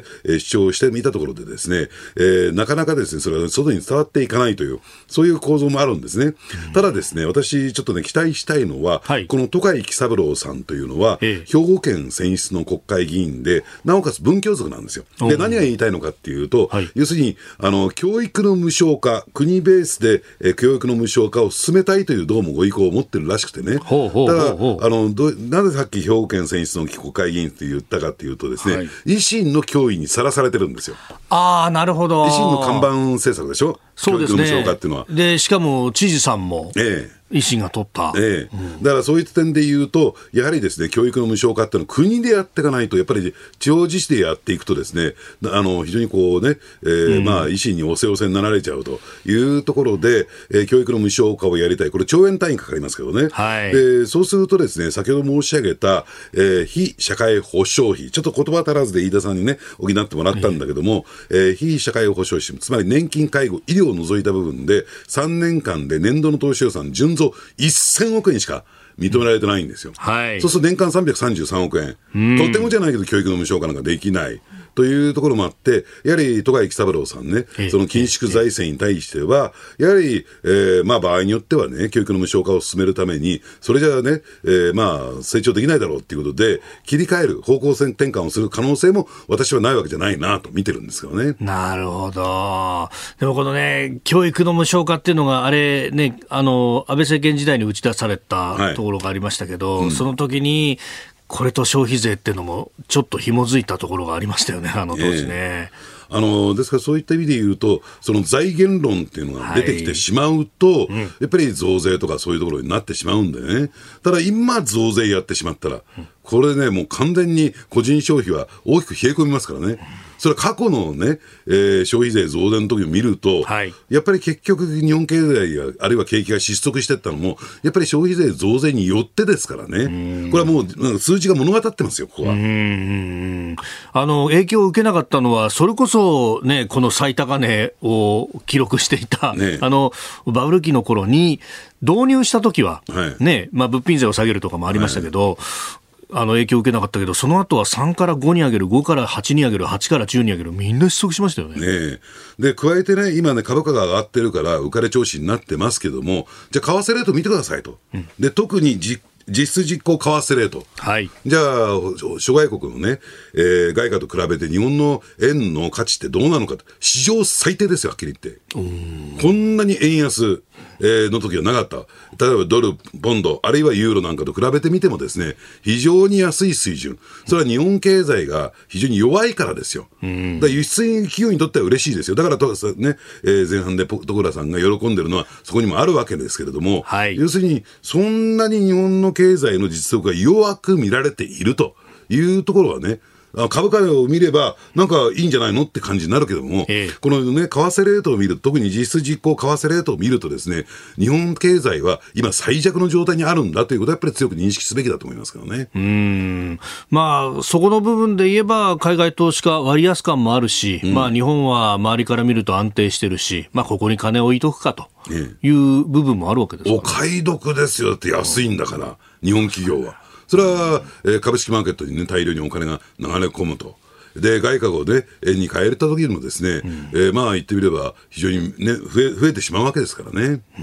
えー、主張してみたところでですね、えー、なかなかですね、それが外に伝わっていかないという、そういう構造もあるんですね。うん、ただですね、私ちょっとね、期待したいのは、はい、この戸貝喜三郎さんというのは、ええ、兵庫県選出の国会議員で、なおかつ文教族なんですよ。で、何が言いたいのかっていうと、はい、要するに、あの、教育の無償化、国ベースで、えー、教育の無償化を進めたいというどうもご意向を持ってるらしくてね。ほうほうほうほう。ただ、あの、ど、なぜさっき兵庫県選出の国会議員って言ったかっていうとですね、はい、維新の脅威にさらされてるんですよ。 ああ、なるほど。 維新の看板政策でしょ。 そうですね。 教育の無償化っていうのは。 で、しかも知事さんも。ええ。維新が取った、 ええ、うん、だからそういった点で言うと、やはりですね、教育の無償化っていうのは国でやっていかないと、やっぱり地方自治でやっていくとですね、あの非常にこうね、えーうん、まあ維新におせおせになられちゃうというところで、えー、教育の無償化をやりたい、これ兆円単位かかりますけどね、はい、でそうするとですね、先ほど申し上げた、えー、非社会保障費、ちょっと言葉足らずで飯田さんにね補ってもらったんだけども、えーえー、非社会保障費、つまり年金、介護、医療を除いた部分でさんねんかんで年度の当初予算純増せんおくえんしか認められてないんですよ、はい、そうすると年間さんびゃくさんじゅうさんおくえん、とってもじゃないけど教育の無償化なんかできないというところもあって、やはり戸貝喜三郎さんね、その緊縮財政に対しては、やはり、えー、まあ場合によってはね、教育の無償化を進めるために、それじゃあね、えー、まあ成長できないだろうっていうことで、切り替える、方向転換をする可能性も私はないわけじゃないなと見てるんですけどね。 なるほど。でもこのね、教育の無償化っていうのが、あれね、あの、安倍政権時代に打ち出されたところがありましたけど、はい、うん、その時に、これと消費税っていうのもちょっと紐づいたところがありましたよね、あの当時ね。えー、あのですからそういった意味で言うと、その財源論っていうのが出てきてしまうと、はい、うん、やっぱり増税とかそういうところになってしまうんでね。ただ今増税やってしまったら、うん、これね、もう完全に個人消費は大きく冷え込みますからね。うん、それは過去のね、えー、消費税増税の時を見ると、はい、やっぱり結局日本経済があるいは景気が失速していったのもやっぱり消費税増税によってですからね。これはもうなんか数字が物語ってますよ、ここは。うーん、あの影響を受けなかったのはそれこそね、この最高値を記録していた、ね、あのバブル期の頃に導入した時は、はい、ね、まあ、物品税を下げるとかもありましたけど、はい、あの影響を受けなかったけど、その後はさんからごに上げる、ごからはちに上げる、はちからじゅうに上げる、みんな失速しましたよね。 ねで、加えてね、今ね、株価が上がってるから浮かれ調子になってますけども、じゃあ為替レート見てくださいと。うん、で、特に実実質実行為替レート、はい、じゃあ諸外国のね、えー、外貨と比べて日本の円の価値ってどうなのか、史上最低ですよ、はっきり言って。こんなに円安、えー、の時はなかった。例えばドル、ポンド、あるいはユーロなんかと比べてみてもですね、非常に安い水準。それは日本経済が非常に弱いからですよ。だから輸出企業にとっては嬉しいですよ。だからと、ね、えー、前半で戸倉さんが喜んでるのはそこにもあるわけですけれども、はい、要するにそんなに日本の経済の実力が弱く見られているというところはね、株価を見ればなんかいいんじゃないのって感じになるけども、ええ、このね、為替レートを見ると、特に実質実行為替レートを見るとですね、日本経済は今最弱の状態にあるんだということはやっぱり強く認識すべきだと思いますけどね。 うーん、まあそこの部分で言えば海外投資家割安感もあるし、うん、まあ日本は周りから見ると安定してるし、まあここに金を置いとくかという部分もあるわけですから、ね、 お買い得ですよって安いんだから、日本企業は。それは、えー、株式マーケットに、ね、大量にお金が流れ込むと。で、外貨をね、円に変えた時にもですね、うん、えー、まあ言ってみれば非常にね、増え、増えてしまうわけですからね。 うん、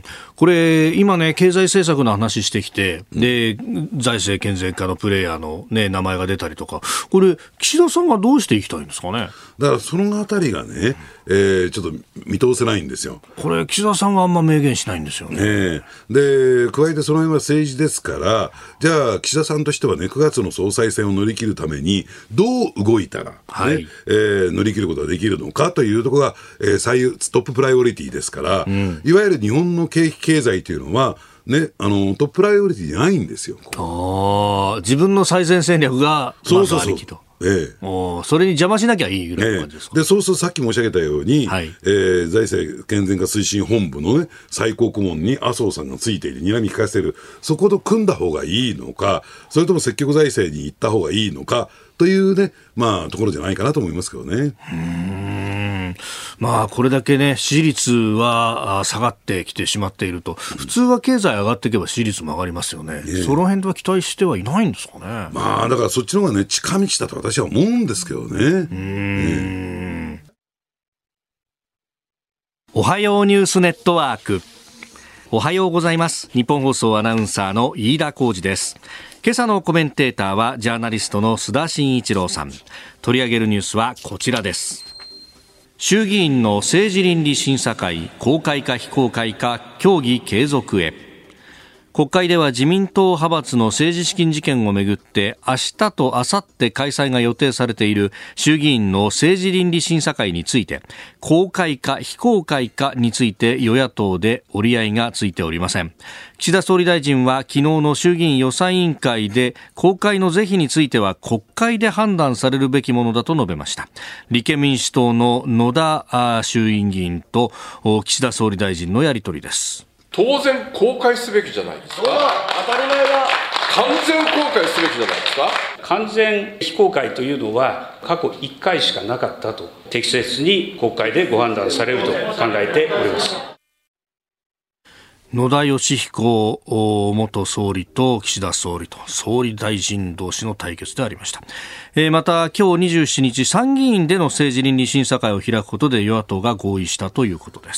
これ、今ね、経済政策の話してきて、うん、で、財政健全化のプレイヤーのね、名前が出たりとか、これ、岸田さんがどうしていきたいんですかね。 だからそのあたりがね、えー、ちょっと見通せないんですよ。 これ、岸田さんはあんま明言しないんですよね。 ねで、加えてその辺は政治ですから、じゃあ、岸田さんとしてはね、くがつの総裁選を乗り切るために、どう動いたら、ね、はい、えー、乗り切ることができるのかというところが、えー、最トッププライオリティですから、うん、いわゆる日本の景気経済というのは、ね、あのトッププライオリティじゃないんですよ。 あ、自分の最善戦略がまずありきと。ええ、おそれに邪魔しなきゃいいぐらいの感じですか。 ええ、でそうするとさっき申し上げたように、はい、えー、財政健全化推進本部の、ね、最高顧問に麻生さんがついている、睨み利かせている、そこと組んだ方がいいのか、それとも積極財政に行った方がいいのかというね、まあ、ところじゃないかなと思いますけどね。うーん、 まあ、これだけね、支持率は下がってきてしまっていると、普通は経済上がっていけば支持率も上がりますよね。ね、その辺では期待してはいないんですかね。 まあ、だからそっちの方がね、近道だと私は思うんですけどね。うーん、ね、おはようニュースネットワーク。おはようございます。日本放送アナウンサーの飯田浩司です。今朝のコメンテーターはジャーナリストの須田慎一郎さん。取り上げるニュースはこちらです。衆議院の政治倫理審査会、公開か非公開か協議継続へ。国会では自民党派閥の政治資金事件をめぐって明日と明後日開催が予定されている衆議院の政治倫理審査会について、公開か非公開かについて与野党で折り合いがついておりません。岸田総理大臣は昨日の衆議院予算委員会で、公開の是非については国会で判断されるべきものだと述べました。立憲民主党の野田衆院議員と岸田総理大臣のやり取りです。 当然公開すべきじゃないですか。当たり前だ。完全公開すべきじゃないですか。 完全非公開というのは過去いっかいしかなかったと、適切に国会でご判断されると考えております。 野田佳彦元総理と岸田総理と総理大臣同士の対決でありました。えー、また今日にじゅうしちにち参議院での政治倫理審査会を開くことで与野党が合意したということです。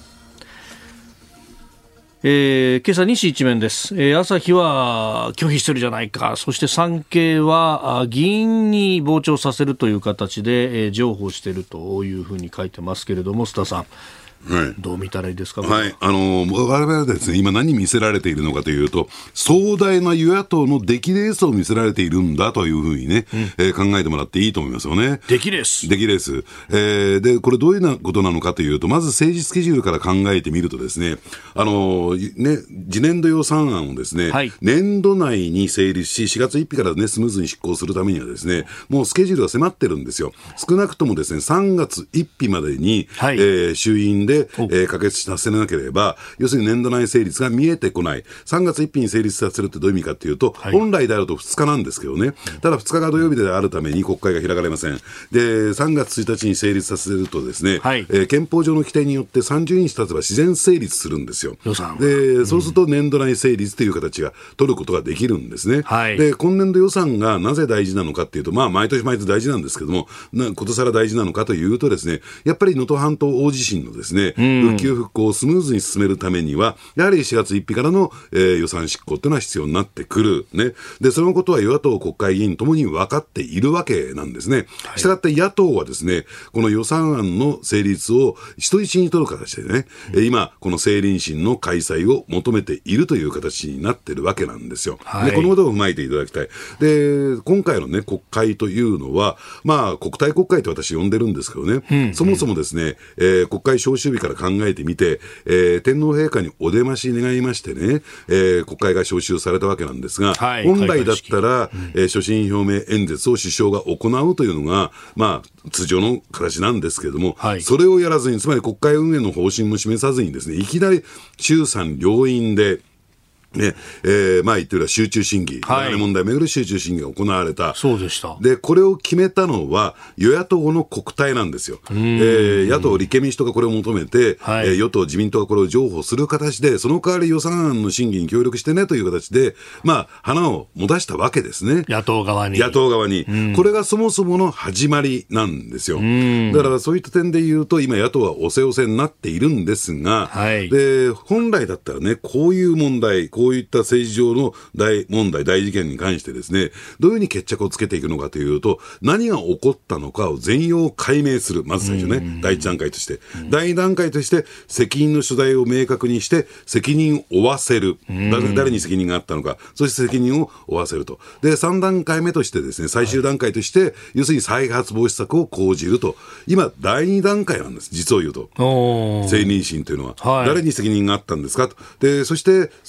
えー、今朝西一面です。えー、朝日は拒否してるじゃないか、そして産経は議員に傍聴させるという形で、えー、譲歩しているというふうに書いてますけれども、須田さん、はい、どう見たらいいですか。 はい、あの我々はですね、今何見せられているのかというと、壮大な与野党の出来レースを見せられているんだというふうにね、うん、えー、考えてもらっていいと思いますよね。 出来レース。 出来レース。えー、で、これどういうことなのかというと、まず政治スケジュールから考えてみるとですね、あのね、次年度予算案をですね、はい、年度内に成立し、しがつついたちからね、スムーズに執行するためにはですね、もうスケジュールが迫ってるんですよ。少なくともですね、さんがつついたちまでに、はい、えー、衆院で、えー、可決させなければ、要するに年度内成立が見えてこない。さんがつついたちに成立させるってどういう意味かというと、はい、本来であるとふつかなんですけどね、ただふつかが土曜日であるために国会が開かれません。で、さんがつついたちに成立させるとですね、はい、えー、憲法上の規定によってさんじゅうにち経てば自然成立するんですよ。で、そうすると年度内成立という形が取ることができるんですね。はい、で、今年度予算がなぜ大事なのかっていうと、まあ毎年毎年大事なんですけども、なことさら大事なのかというとですね、やっぱり能登半島大地震のですね、復旧復興をスムーズに進めるためには、やはりしがつついたちからの、えー、予算執行というのは必要になってくる、ね。で、そのことは与野党国会議員ともに分かっているわけなんですね。はい、したがって野党はですね、この予算案の成立を人質に取る形でね、うん、今、この政倫審の開催を求めているという形になっているわけなんですよ。はい、で、このことを踏まえていただきたい。で、今回のね、国会というのは、まあ、国対国会と私呼んでるんですけどね、うん、そもそもですね、えー、国会召集日から考えてみて、えー、天皇陛下にお出まし願いましてね、えー、国会が召集されたわけなんですが、はい、本来だったら、うん、えー、所信表明演説を首相が行うというのが、まあ、通常の形なんですけれども、はい、それをやらずに、つまり国会運営の方針も示さずにですね、いきなり衆参両院で、ね、えー、まあ言ってるのは集中審議、はい、問題をめぐる集中審議が行われた。 そうでした。 で、これを決めたのは与野党の国対なんですよ。えー、野党立憲民主党がこれを求めて、はい、えー、与党自民党がこれを譲歩する形で、その代わり予算案の審議に協力してねという形で、まあ花を持たしたわけですね。 野党側に。 野党側に。これがそもそもの始まりなんですよ。だからそういった点で言うと、今野党はおせおせになっているんですが、はい、で、本来だったらね、こういう問題、こうこういった政治上の大問題、大事件に関してですね、どういうふうに決着をつけていくのかというと、何が起こったのかを全容解明する。まず最初ね、第一段階として。第二段階として、責任の所在を明確にして、責任を負わせる。誰、誰に責任があったのか、そして責任を負わせると。で、三段階目としてですね、最終段階として、はい、要するに再発防止策を講じると。今、第二段階なんです、実を言うと。政倫審というのは。はい、誰に責任があったんですかと。で、そして、そのやり取り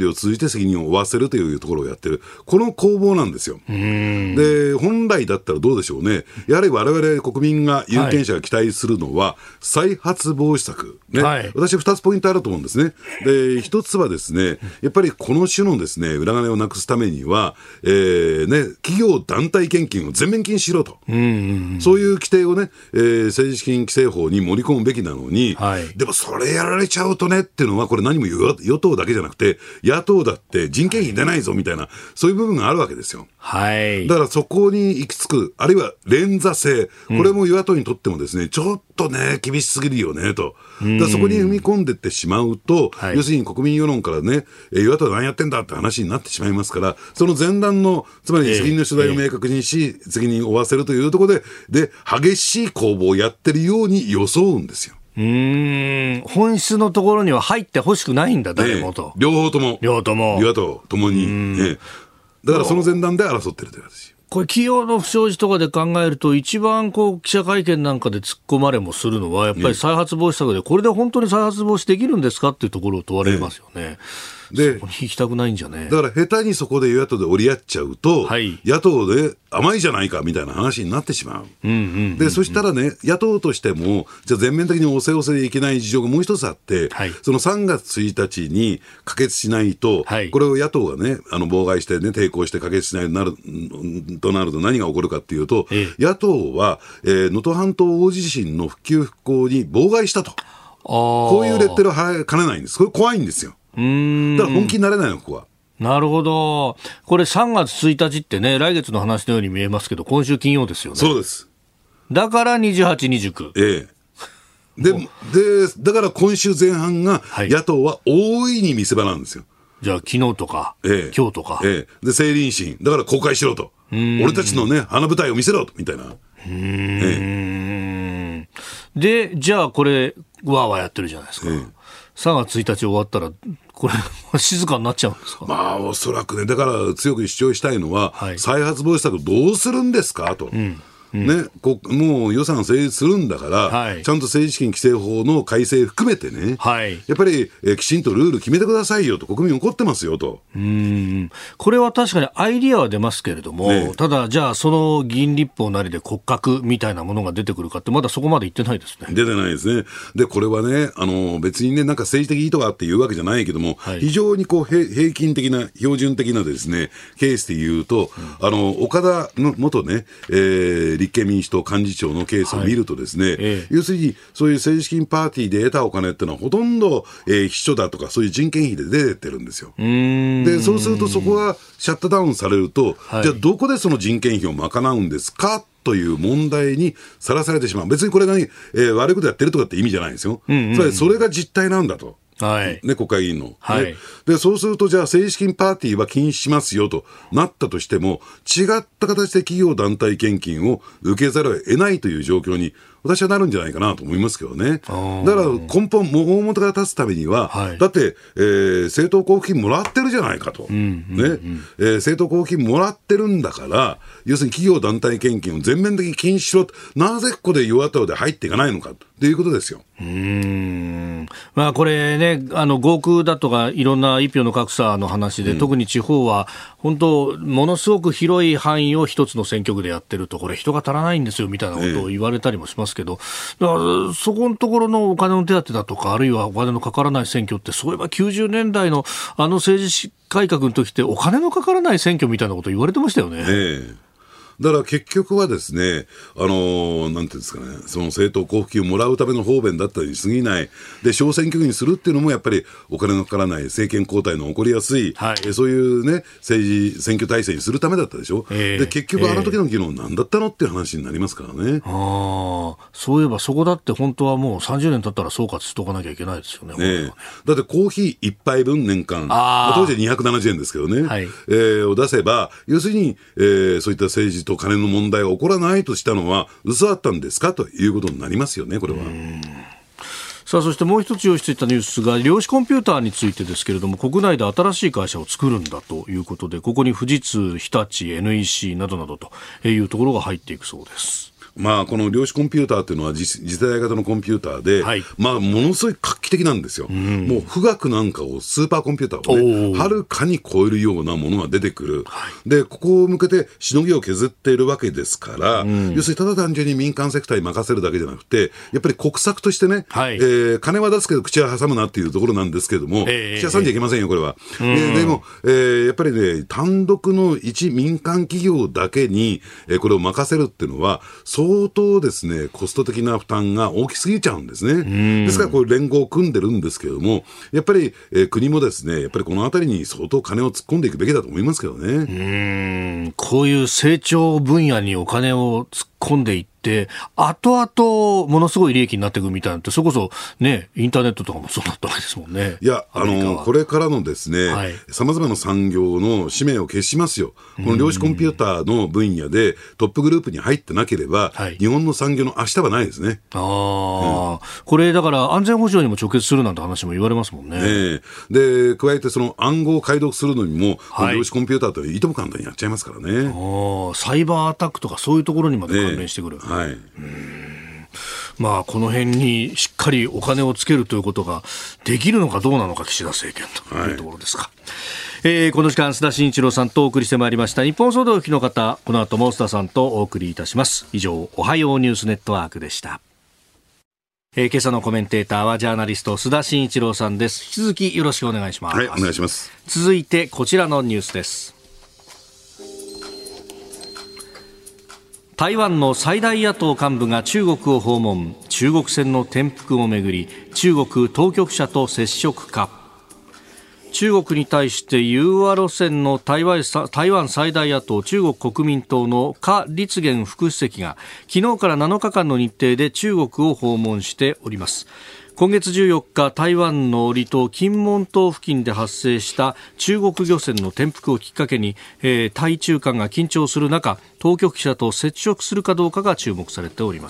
理を通じて責任を負わせるというところをやってる、この攻防なんですよ。で、本来だったらどうでしょうね。やはり我々国民が有権者が期待するのは、はい、再発防止策、ね、はい、私ふたつポイントあると思うんですね。で、一つはですね、やっぱりこの種のですね、裏金をなくすためには、えーね、企業団体献金を全面禁止しろと、うんうんうん、そういう規定をね、えー、政治資金規正法に盛り込むべきなのに、はい、でもそれやられちゃうとねっていうのは、これ何も与党だけじゃなくて、野党だって人件費出ないぞみたいな、そういう部分があるわけですよ。はい、だからそこに行き着く、あるいは連座制、これも与野党にとってもですね、ちょっとね、厳しすぎるよねと。だからそこに踏み込んでってしまうと、はい、要するに国民世論からね、与野党は何やってんだって話になってしまいますから、その前段の、つまり責任の所在を明確にし、えー、責任を負わせるというところで、で、激しい攻防をやってるように装うんですよ。 うーん、本質のところには入ってほしくないんだ、誰もと。 ね、両方とも。 両方とも。 与野党ともに。ね、だからその前段で争ってるという形。 これ企業の不祥事とかで考えると、一番こう記者会見なんかで突っ込まれもするのは、やっぱり再発防止策で、これで本当に再発防止できるんですかっていうところを問われますよね。で、そこに行きたくないんじゃね。 だから下手にそこで与野党で折り合っちゃうと、はい、野党で甘いじゃないかみたいな話になってしまう。うんうんうんうん、で、そしたらね、野党としても、じゃあ全面的に押せ押せでいけない事情がもう一つあって、はい、そのさんがつついたちに可決しないと、はい、これを野党がね、あの妨害してね、抵抗して可決しないとなる、となると何が起こるかっていうと、ええ、野党は、えー、能登半島大地震の復旧復興に妨害したと。こういうレッテルを貼らかねないんです。これ怖いんですよ。うーん、だから本気になれないの、ここは。 なるほど。これさんがつついたちってね、来月の話のように見えますけど、今週金曜ですよね。 そうです。 だからにじゅうはち、にじゅうく。 ええ。で、で、だから今週前半が、野党は大いに見せ場なんですよ。 じゃあ昨日とか、ええ、今日とか。 ええ。で、政倫審。だから公開しろと。俺たちのね、花舞台を見せろと、みたいな。うーん、 ええ。で、じゃあこれ、わーわーやってるじゃないですか。ええ、さんがつついたち終わったら、これ、静かになっちゃうんですか。 まあ、おそらくね、だから強く主張したいのは、はい、再発防止策どうするんですかと。うんうんね、こもう予算成立するんだから、はい、ちゃんと政治資金規正法の改正含めてね、はい、やっぱりえきちんとルール決めてくださいよと、国民怒ってますよと。 うーん、これは確かにアイディアは出ますけれども、ね、ただ、じゃあ、その議員立法なりで骨格みたいなものが出てくるかって、まだそこまでいってないですね。 出てないですね。で、これはね、あの別にね、なんか政治的意図があって言うわけじゃないけども、はい、非常にこう平均的な、標準的なですね、ケースで言うと、うん、あの岡田の元ね、えー、立憲民主党幹事長のケースを見るとですね、はい、ええ、要するにそういう政治資金パーティーで得たお金ってのはほとんど、えー、秘書だとかそういう人件費で出てってるんですよ。うーん、でそうするとそこがシャットダウンされると、はい、じゃあどこでその人件費を賄うんですかという問題にさらされてしまう。別にこれが、ねえー、悪いことやってるとかって意味じゃないんですよ。うんうんうん、つまりそれが実態なんだと。はいね、国会議員の、はい、でそうするとじゃあ政治資金パーティーは禁止しますよとなったとしても、違った形で企業団体献金を受けざるを得ないという状況に私はなるんじゃないかなと思いますけどね。だから根本、大元から立つためには、はい、だって、えー、政党交付金もらってるじゃないかと、うんうんうんねえー、政党交付金もらってるんだから、要するに企業団体献金を全面的に禁止しろと、なぜここで与野党で入っていかないのかということですよ。 うーん、まあ、これね、あの合区だとかいろんな一票の格差の話で、うん、特に地方は本当ものすごく広い範囲を一つの選挙区でやってると、これ人が足らないんですよみたいなことを言われたりもしますけど、だからそこのところのお金の手当だとか、あるいはお金のかからない選挙って、そういえばきゅうじゅうねんだいのあの政治改革の時ってお金のかからない選挙みたいなこと言われてましたよね。 ええ、だから結局はですね、あのー、なんていうんですかね、その政党交付金をもらうための方便だったりに過ぎない。で、小選挙区にするっていうのもやっぱりお金のかからない政権交代の起こりやすい、はい、えそういうね、政治選挙体制にするためだったでしょ。えー、で、結局あの時の議論なんだったのっていう話になりますからね。 ああ、そういえばそこだって本当はもうさんじゅうねん経ったら総括しとかなきゃいけないですよね。 ね、だってコーヒーいっぱいぶん年間、当時はにひゃくななじゅうえんですけどね、はい、えー、を出せば、要するに、えー、そういった政治と金の問題が起こらないとしたのは嘘だったんですかということになりますよね、これは。 さあ、そしてもう一つ用意していたニュースが量子コンピューターについてですけれども、国内で新しい会社を作るんだということで、ここに富士通、日立、エヌイーシー などなどというところが入っていくそうです。 まあ、この量子コンピューターというのは次世代型のコンピューターで、はい、まあ、ものすごい画期的なんですよ、うん、もう富岳なんかをスーパーコンピューターをねはるかに超えるようなものが出てくる、はい、でここを向けてしのぎを削っているわけですから、うん、要するにただ単純に民間セクターに任せるだけじゃなくてやっぱり国策としてね、はい、えー、金は出すけど口は挟むなっていうところなんですけれども、えー、口は挟んじゃいけませんよこれは、うん、えー、でも、えー、やっぱりね単独の一民間企業だけに、えー、これを任せるっていうのは相当ですねコスト的な負担が大きすぎちゃうんですね。ですからこう連合を組んでるんですけれどもやっぱり、えー、国もですねやっぱりこのあたりに相当金を突っ込んでいくべきだと思いますけどね。 うーん、こういう成長分野にお金を突っ込んでいって後々ものすごい利益になっていくみたいなってそれこそねインターネットとかもそうだったわけですもんね。 いやあのこれからのですねさまざまな産業の使命を決しますよ。この量子コンピューターの分野でトップグループに入ってなければ、はい、日本の産業の明日はないですね。 あ、うん、これだから安全保障にも直結するなんて話も言われますもんね。 ねで加えてその暗号を解読するのにも、はい、量子コンピューターといとも簡単にやっちゃいますからね。 あ、サイバーアタックとかそういうところにまで関連してくる、ね、はい、うーん、まあ、この辺にしっかりお金をつけるということができるのかどうなのか岸田政権というところですか、はい、えー、この時間須田慎一郎さんとお送りしてまいりました日本総動機の方、この後も須田さんとお送りいたします。以上、おはようニュースネットワークでした。えー、今朝のコメンテーターはジャーナリスト須田慎一郎さんです。引き続きよろしくお願いします。 はい、お願いします。 続いてこちらのニュースです。台湾の最大野党幹部が中国を訪問。中国船の転覆をめぐり中国当局者と接触か。中国に対して融和路線の台湾、台湾最大野党中国国民党の夏立言副主席が昨日からなのかかんの日程で中国を訪問しております。今月じゅうよっか台湾の離島金門島付近で発生した中国漁船の転覆をきっかけに、えー、対中間が緊張する中当局者と接触するかどうかが注目されております。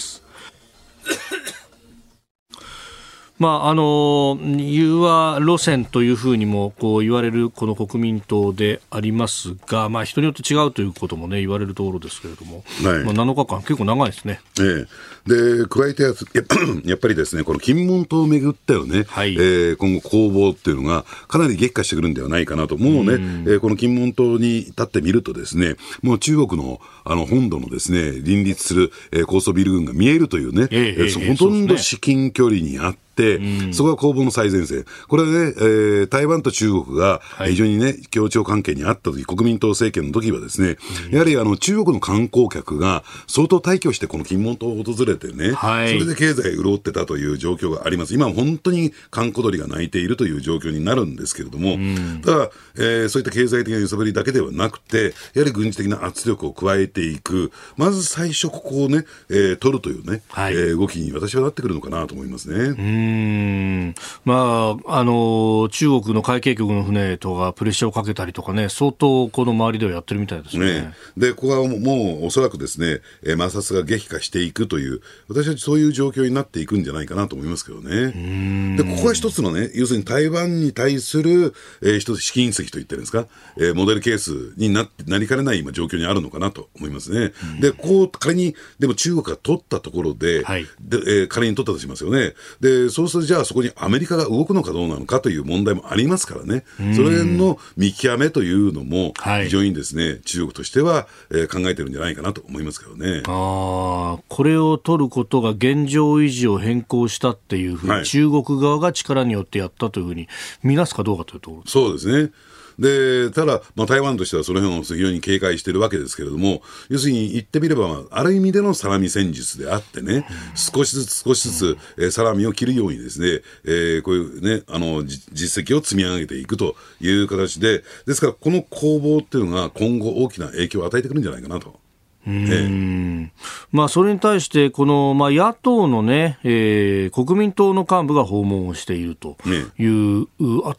まあ、あの融和路線というふうにもこう言われるこの国民党でありますが、まあ、人によって違うということも、ね、言われるところですけれども、はい、まあ、なのかかん結構長いですね。 ええ、で加えてややっぱりですねこの金門島をめぐってのね、はい、えー、今後攻防っていうのがかなり激化してくるんではないかなと。もうね、うん、えー、この金門島に立ってみるとですねもう中国の、あの本土のですね林立する、えー、高層ビル群が見えるというね、えーえー、ほとんど至近距離にあってで、うん、そこが攻防の最前線。これはね、えー、台湾と中国が非常にね、はい、協調関係にあった時、国民党政権の時はですね、うん、やはりあの中国の観光客が相当大挙してこの金門島を訪れてね、はい、それで経済が潤ってたという状況があります。今は本当に閑古鳥が鳴いているという状況になるんですけれども、うん、ただ、えー、そういった経済的な揺さぶりだけではなくて、やはり軍事的な圧力を加えていく、まず最初ここをね、えー、取るというね、はい、えー、動きに私はなってくるのかなと思いますね。うんうんまあ、あの中国の海警局の船とかプレッシャーをかけたりとかね相当この周りではやってるみたいです ね, ねでここはもう、もうおそらくですね、えー、摩擦が激化していくという私はそういう状況になっていくんじゃないかなと思いますけどね。うんでここは一つのね要するに台湾に対する、えー、一つ試金石と言ってるんですか、えー、モデルケースに な, なりかねない今状況にあるのかなと思いますね。でこう仮にでも中国が取ったところ で,、はいでえー、仮に取ったとしますよね。でそうするとじゃあそこにアメリカが動くのかどうなのかという問題もありますからね。その辺の見極めというのも非常にですね、はい、中国としては、えー、考えてるんじゃないかなと思いますけどね。 あこれを取ることが現状維持を変更したっていうふうに、はい、中国側が力によってやったというふうに見なすかどうかというところです。 そうですね。でただ、まあ、台湾としてはその辺を非常に警戒しているわけですけれども要するに言ってみれば、まあ、ある意味でのサラミ戦術であってね、うん、少しずつ少しずつ、うんえー、サラミを切るようにですね、えー、こういうねあの実績を積み上げていくという形でですからこの攻防っていうのが今後大きな影響を与えてくるんじゃないかなと。 うーんまあ、それに対してこの、まあ、野党の、ねえー、国民党の幹部が訪問をしているというあたりって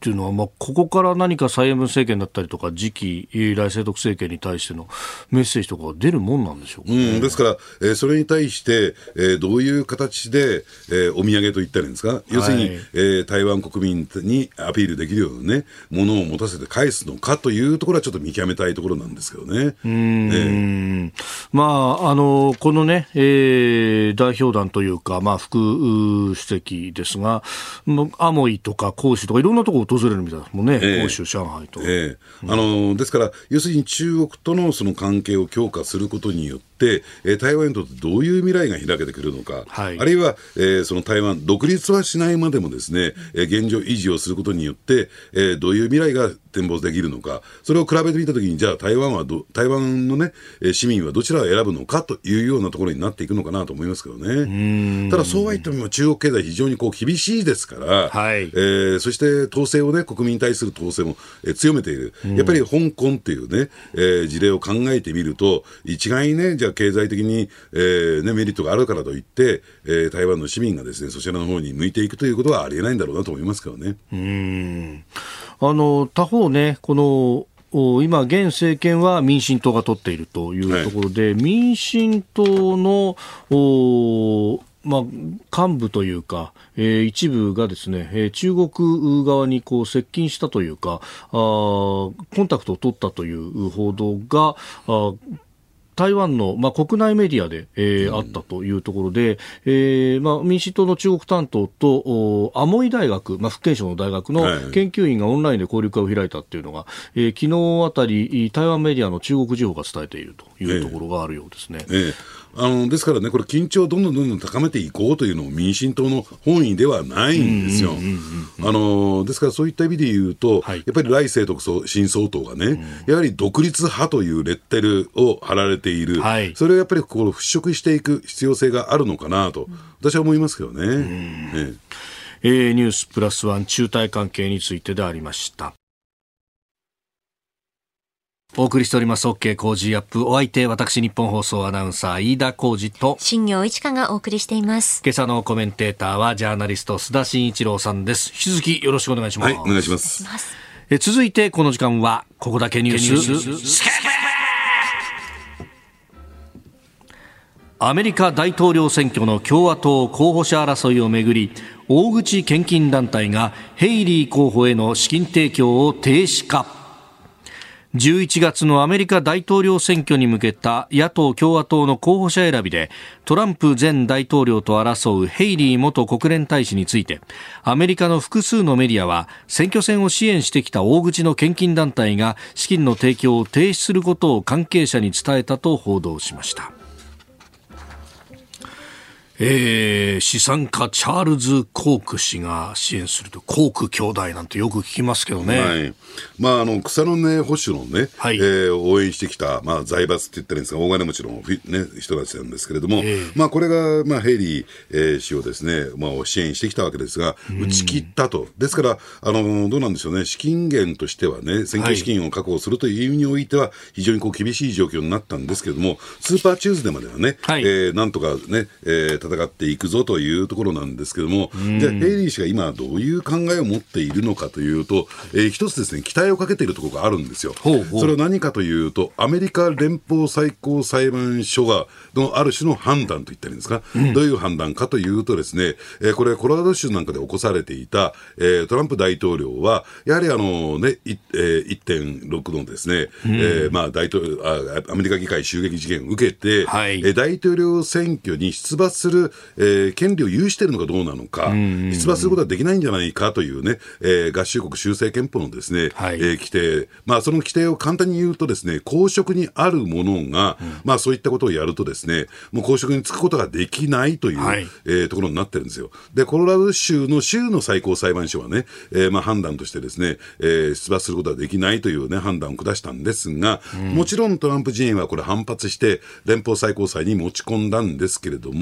っていうのは、まあ、ここから何か蔡英文政権だったりとか次期来清徳政権に対してのメッセージとか出るもんなんでしょうか、ね、 うん、ですから、えー、それに対して、えー、どういう形で、えー、お土産と言ったらいいんですか、要するに、はい、えー、台湾国民にアピールできるような、ね、ものを持たせて返すのかというところはちょっと見極めたいところなんですけどね。 うーん、えー、まあ、あのこのね、えー、代表団というか、まあ、副主席ですが、アモイとか広州とかいろんなところを訪れるみたいですもんね、えー、広州、上海と、 えー、あのですから要するに中国とのその関係を強化することによって、えー、台湾にとってどういう未来が開けてくるのか、はい、あるいは、えー、その台湾独立はしないまでもですね、えー、現状維持をすることによって、えー、どういう未来が展望できるのか、それを比べてみたときに、じゃあ台湾はど台湾の、ね、市民はどちらを選ぶのかというようなところになっていくのかなと思いますけどね。ただそうは言っても中国経済非常にこう厳しいですから、はい、えー、そして統制をね、国民に対する統制も、えー、強めている。やっぱり香港っていうね、えー、事例を考えてみると、一概にね、じゃあ経済的に、えーね、メリットがあるからといって、えー、台湾の市民がですね、そちらの方に向いていくということはありえないんだろうなと思いますけどね。 うーん、あの他方ね、この今現政権は民進党が取っているというところで、はい、民進党のまあ、幹部というか、えー、一部がですね、えー、中国側にこう接近したというか、あコンタクトを取ったという報道があ台湾の、まあ、国内メディアで、えーうん、あったというところで、えーまあ、民進党の中国担当とアモイ大学、まあ、福建省の大学の研究員がオンラインで交流会を開いたというのが、えー、昨日あたり台湾メディアの中国時報が伝えているというところがあるようですね。 えーえーあのですからね、これ緊張をどんどんどんどん高めていこうというのも民進党の本意ではないんですよ。あのですからそういった意味で言うと、はい、やっぱり来清徳新総統がね、うん、やはり独立派というレッテルを貼られている、はい、それをやっぱりこう払拭していく必要性があるのかなと、私は思いますけどね。うん、 ねえー、ニュースプラスワン中台関係についてでありました。お送りしております OK 工事アップ、お相手私日本放送アナウンサー飯田浩司と新業一華がお送りしています。 今朝のコメンテーターはジャーナリスト須田慎一郎さんです。引き続きよろしくお願いします。 はい、お願いします。 え続いてこの時間はここだけニューススケープ。アメリカ大統領選挙の共和党候補者争いをめぐり、大口献金団体がヘイリー候補への資金提供を停止か。じゅういちがつのアメリカ大統領選挙に向けた野党共和党の候補者選びでトランプ前大統領と争うヘイリー元国連大使について、アメリカの複数のメディアは選挙戦を支援してきた大口の献金団体が資金の提供を停止することを関係者に伝えたと報道しました。えー、資産家チャールズ・コーク氏が支援すると、コーク兄弟なんてよく聞きますけどね。 はい、まあ、あの草の根保守のね、はい、えー、応援してきた、まあ、財閥って言ったらいいんですが、大金持ちの、ね、人たちなんですけれども、えーまあ、これが、まあ、ヘイリー、えー、氏をですね、まあ、支援してきたわけですが、打ち切ったと。ですからあのどうなんでしょうね、資金源としてはね、選挙資金を確保するという意味においては非常にこう厳しい状況になったんですけれども、スーパーチューズデーまではね、はい、えー、なんとかね、えー戦っていくぞというところなんですけども、じゃあヘイリー氏が今どういう考えを持っているのかというと、えー、一つですね、期待をかけているところがあるんですよ。ほうほう。それは何かというと、アメリカ連邦最高裁判所がのある種の判断といったらいいんですか、うん、どういう判断かというとですね、えー、これコロラド州なんかで起こされていた、えー、トランプ大統領はやはりあの、ね、いえー、いってんろく のですね、うん、えーまあ、大統領あアメリカ議会襲撃事件を受けて、はい、えー、大統領選挙に出馬するえー、権利を有しているのかどうなのか、出馬することはできないんじゃないかというね、えー、合衆国修正憲法のですね、はい、えー、規定、まあ、その規定を簡単に言うとですね、公職にあるものが、うん、まあ、そういったことをやるとですね、もう公職に就くことができないという、はい、えー、ところになってるんですよ。で、コロラド州の州の最高裁判所はね、えーまあ、判断としてですね、えー、出馬することはできないという、ね、判断を下したんですが、うん、もちろんトランプ陣営はこれ反発して連邦最高裁に持ち込んだんですけれども、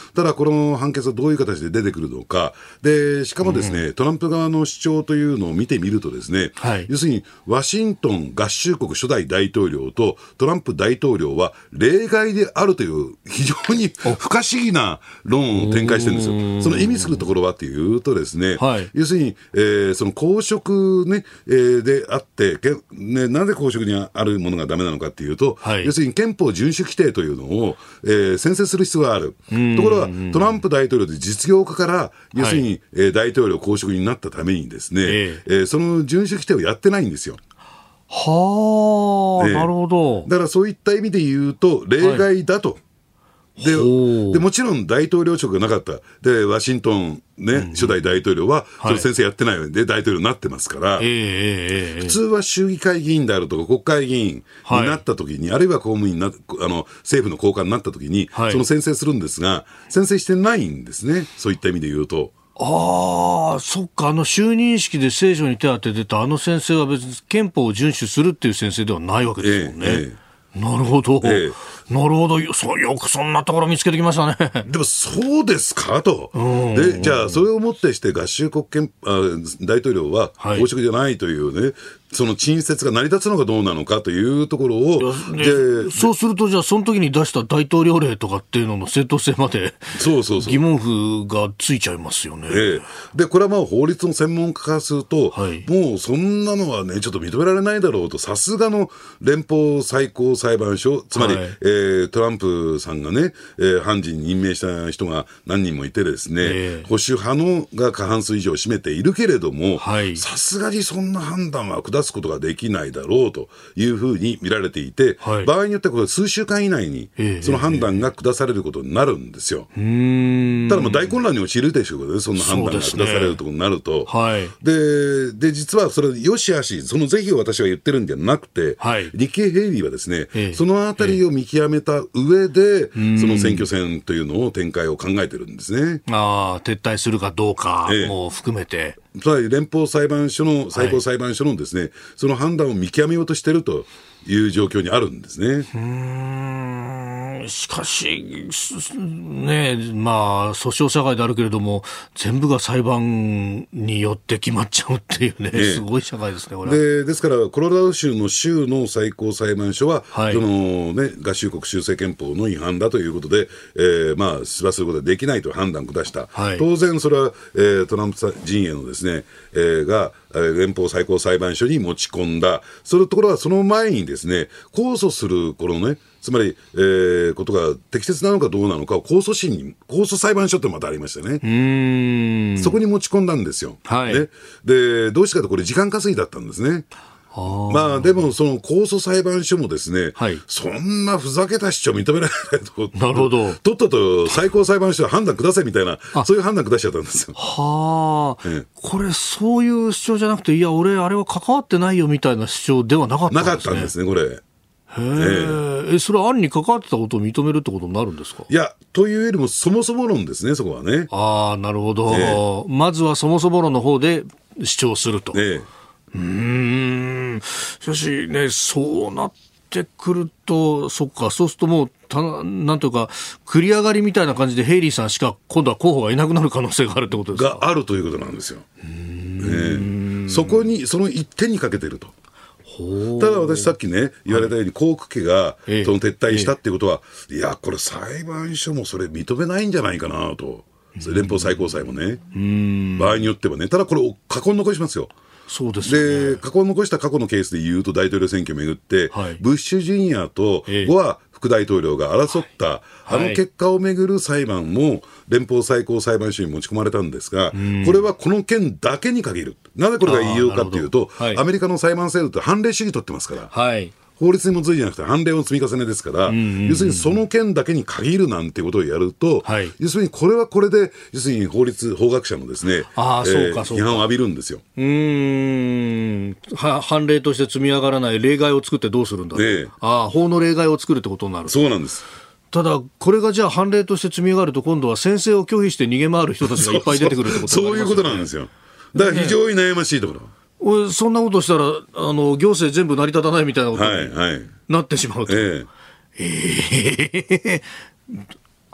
ただこの判決はどういう形で出てくるのかで、しかもですね、うん、トランプ側の主張というのを見てみるとですね、はい、要するにワシントン合衆国初代大統領とトランプ大統領は例外であるという非常に不可思議な論を展開してるんですよ。その意味するところはというとですね、はい、要するに、えー、その公職、ねえー、であって、ね、なぜ公職にあるものがダメなのかというと、はい、要するに憲法遵守規定というのを、えー、宣誓する必要がある。ところがトランプ大統領で実業家から要するに、はいえー、大統領公職になったためにですね、えーえー、その遵守規定をやってないんですよ。 はあ、ね、なるほど。 だからそういった意味で言うと例外だと、はいで, でもちろん大統領職がなかったでワシントン、ねうん、初代大統領は、はい、その先生やってないので大統領になってますから、えーえー、普通は州議会議員であるとか国会議員になった時に、はい、あるいは公務員なあの政府の高官になった時に、はい、その宣誓するんですが宣誓してないんですね。そういった意味で言うとああ、そっか、あの就任式で聖書に手当ててたあの宣誓は別に憲法を遵守するっていう宣誓ではないわけですもんね、えーえーなるほど、ええ、なるほど よ, そよくそんなところ見つけてきましたね。 でもそうですかと、でじゃあそれをもってして合衆国憲あ大統領は公職じゃないというね、はい、その陳説が成り立つのかどうなのかというところをでそうするとじゃあその時に出した大統領令とかっていうのの正当性までそうそうそう疑問符がついちゃいますよね、 ええ、でこれはまあ法律の専門家からすると、はい、もうそんなのはねちょっと認められないだろうとさすがの連邦最高裁判所つまり、はいえー、トランプさんがね、えー、判事に任命した人が何人もいてですね、えー、保守派のが過半数以上を占めているけれどもさすがにそんな判断は下すことができないだろうというふうに見られていて、はい、場合によってはこれ数週間以内にその判断が下されることになるんですよ、えー、ただもう大混乱に陥るでしょうけどねそんな判断が下されるところになると、はい、で, で実はそれよしあしその是非を私は言ってるんじゃなくて、はい、リッキー・ヘイリーはですね、えー、そのあたりを見極めた上で、えー、その選挙戦というのを展開を考えてるんですね。 あ撤退するかどうかも含めて、えーつまり連邦裁判所の最高裁判所のですね、はい、その判断を見極めようとしているという状況にあるんですね。 うーんしかしねまあ訴訟社会であるけれども全部が裁判によって決まっちゃうっていうね、ねすごい社会ですねこれで。ですからコロラド州の州の最高裁判所は、はいそのね、合衆国修正憲法の違反だということで、えー、まあ出馬することができないという判断を下した、はい、当然それは、えー、トランプ陣営のですね、えー、が連邦最高裁判所に持ち込んだ。そのところはその前にですね控訴するこのねつまり、えー、ことが適切なのかどうなのかを控訴審に控訴裁判所ってまたありましたね。うーんそこに持ち込んだんですよ、はいね、でどうしてかとこれ時間稼ぎだったんですね。あまあでもその控訴裁判所もですね、はい、そんなふざけた主張認められないとなるほどとっとと最高裁判所は判断くださいみたいなそういう判断下しちゃったんですよ。 はあ、ええ、これそういう主張じゃなくていや俺あれは関わってないよみたいな主張ではなかったんですね。なかったんですねこれ。へええそれは案に関わってたことを認めるってことになるんですか。 いやというよりもそもそも論ですねそこはね。 ああなるほど、ええ、まずはそもそも論の方で主張すると、ええうーんしかしねそうなってくるとそっかそうするともうたなんというか繰り上がりみたいな感じでヘイリーさんしか今度は候補がいなくなる可能性があるってことですか。 があるということなんですよ。うーん、えー、そこにその一点にかけてると。ただ私さっきね言われたようにコーク家がその撤退したっていうことは、ええ、いやこれ裁判所もそれ認めないんじゃないかなと連邦最高裁もねうん場合によってはねただこれを過去に残しますよ。 そうですね、 で過去を残した過去のケースで言うと大統領選挙をめぐって、はい、ブッシュジュニアとゴア副大統領が争った、はい、あの結果をめぐる裁判も連邦最高裁判所に持ち込まれたんですが、これはこの件だけに限る。なぜこれが言うかというと、はい、アメリカの裁判制度って判例主義取ってますから、はい法律に基づいてじゃなくて判例の積み重ねですから、うんうんうん、要するにその件だけに限るなんてことをやると、はい、要するにこれはこれで要するに法律法学者のですね、あ、えー、そうかそうか批判を浴びるんですよ。 うーんは判例として積み上がらない例外を作ってどうするんだろう、ね、あ法の例外を作るってことになる。 そうなんです。 ただこれがじゃあ判例として積み上がると今度は宣誓を拒否して逃げ回る人たちがいっぱい出てくるってことになりますよね。 そういうことなんですよ。だから非常に悩ましいところ、 ね、そんなことしたらあの行政全部成り立たないみたいなことになってしまうと、はいはいえええー、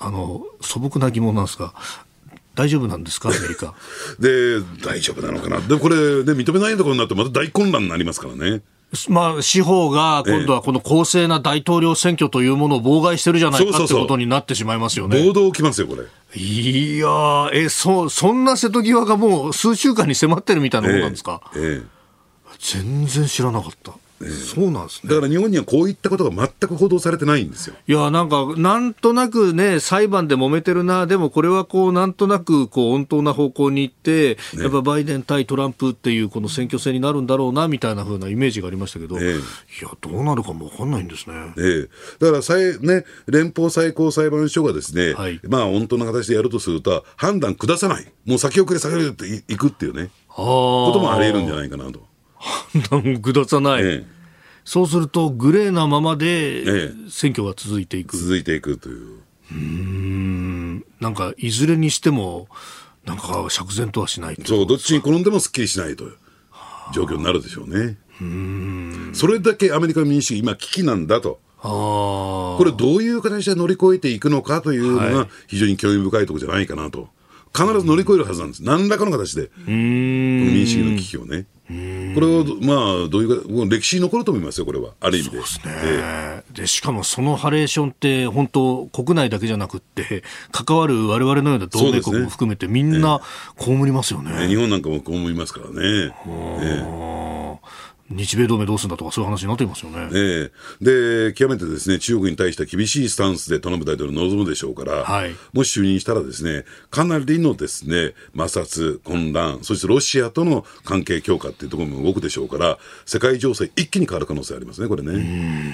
あの素朴な疑問なんですが、大丈夫なんですか、アメリカで大丈夫なのかな。でもこれ、ね、認めないところになってまた大混乱になりますからね。 まあ、司法が今度はこの公正な大統領選挙というものを妨害してるじゃないかってことになってしまいますよね。 暴動起きますよこれ。 いやー、えそそんな瀬戸際がもう数週間に迫ってるみたいなものなんですか。ええええ、全然知らなかった。ええ、そうなんですね。 だから日本にはこういったことが全く報道されてないんですよ。 いや、なんかなんとなくね、裁判で揉めてるな、でもこれはこうなんとなくこう穏当な方向に行って、ね、やっぱバイデン対トランプっていうこの選挙戦になるんだろうなみたいな風なイメージがありましたけど、ええ、いやどうなるかも分かんないんですね。 ええ、だから最、ね、連邦最高裁判所がですね、はい、まあ穏当な形でやるとすると判断下さない、もう先送り下げるっていくっていうね、こともあり得るんじゃないかなと。 判断を下さない、ええ、そうするとグレーなままで選挙が続いていく、 ええ、続いていくという、 うーん、なんかいずれにしてもなんか釈然とはしないと。 そう、どっちに転んでもすっきりしないという状況になるでしょうね。うーん、それだけアメリカ民主主義今危機なんだと。あ、これどういう形で乗り越えていくのかというのが非常に興味深いところじゃないかなと。必ず乗り越えるはずなんです、何らかの形で。うーん、民主主義の危機をね。これをまあどういうか歴史に残ると思いますよ、これはある意味で。 そうですね、えー、でしかもそのハレーションって本当国内だけじゃなくって関わる我々のような同盟国も含めてみんな被りますよね。 えー、日本なんかも被りますからね。えー日米同盟どうするんだとかそういう話になっていますよね。 ええ、で極めてですね中国に対して厳しいスタンスでトランプ大統領望むでしょうから、はい、もし就任したらですねかなりのですね摩擦混乱、そしてロシアとの関係強化っていうところも動くでしょうから、世界情勢一気に変わる可能性ありますね、これね。うん、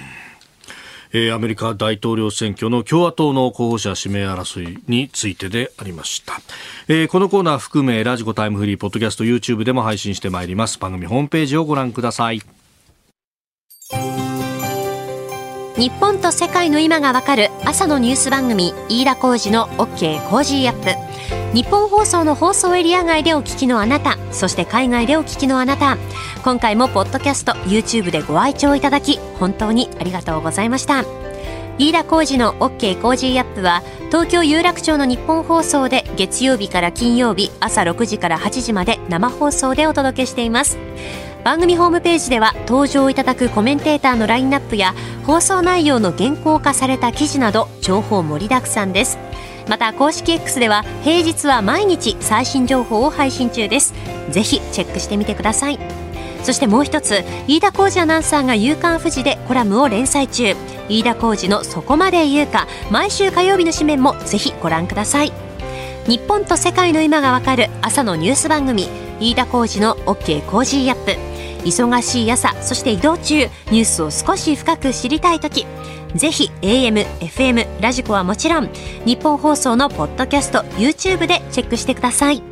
えー、アメリカ大統領選挙の共和党の候補者指名争いについてでありました。えー、このコーナー含めラジコタイムフリーポッドキャスト YouTube でも配信してまいります。番組ホームページをご覧ください。 日本と世界の今がわかる朝のニュース番組、飯田浩司の OK コージーアップ。日本放送の放送エリア外でお聞きのあなた、そして海外でお聞きのあなた、今回もポッドキャスト YouTube でご愛聴いただき本当にありがとうございました。飯田浩司の OK コージーアップは東京有楽町の日本放送で月曜日から金曜日朝ろくじからはちじまで生放送でお届けしています。番組ホームページでは登場いただくコメンテーターのラインナップや放送内容の原稿化された記事など情報盛りだくさんです。また公式 X では平日は毎日最新情報を配信中です。ぜひチェックしてみてください。そしてもう一つ、飯田浩司アナウンサーが夕刊フジでコラムを連載中、飯田浩司のそこまで言うか、毎週火曜日の紙面もぜひご覧ください。日本と世界の今がわかる朝のニュース番組、飯田浩司の OK コージーアップ。忙しい朝、そして移動中、ニュースを少し深く知りたいとき、ぜひ エーエム、エフエム、ラジコはもちろん日本放送のポッドキャスト YouTube でチェックしてください。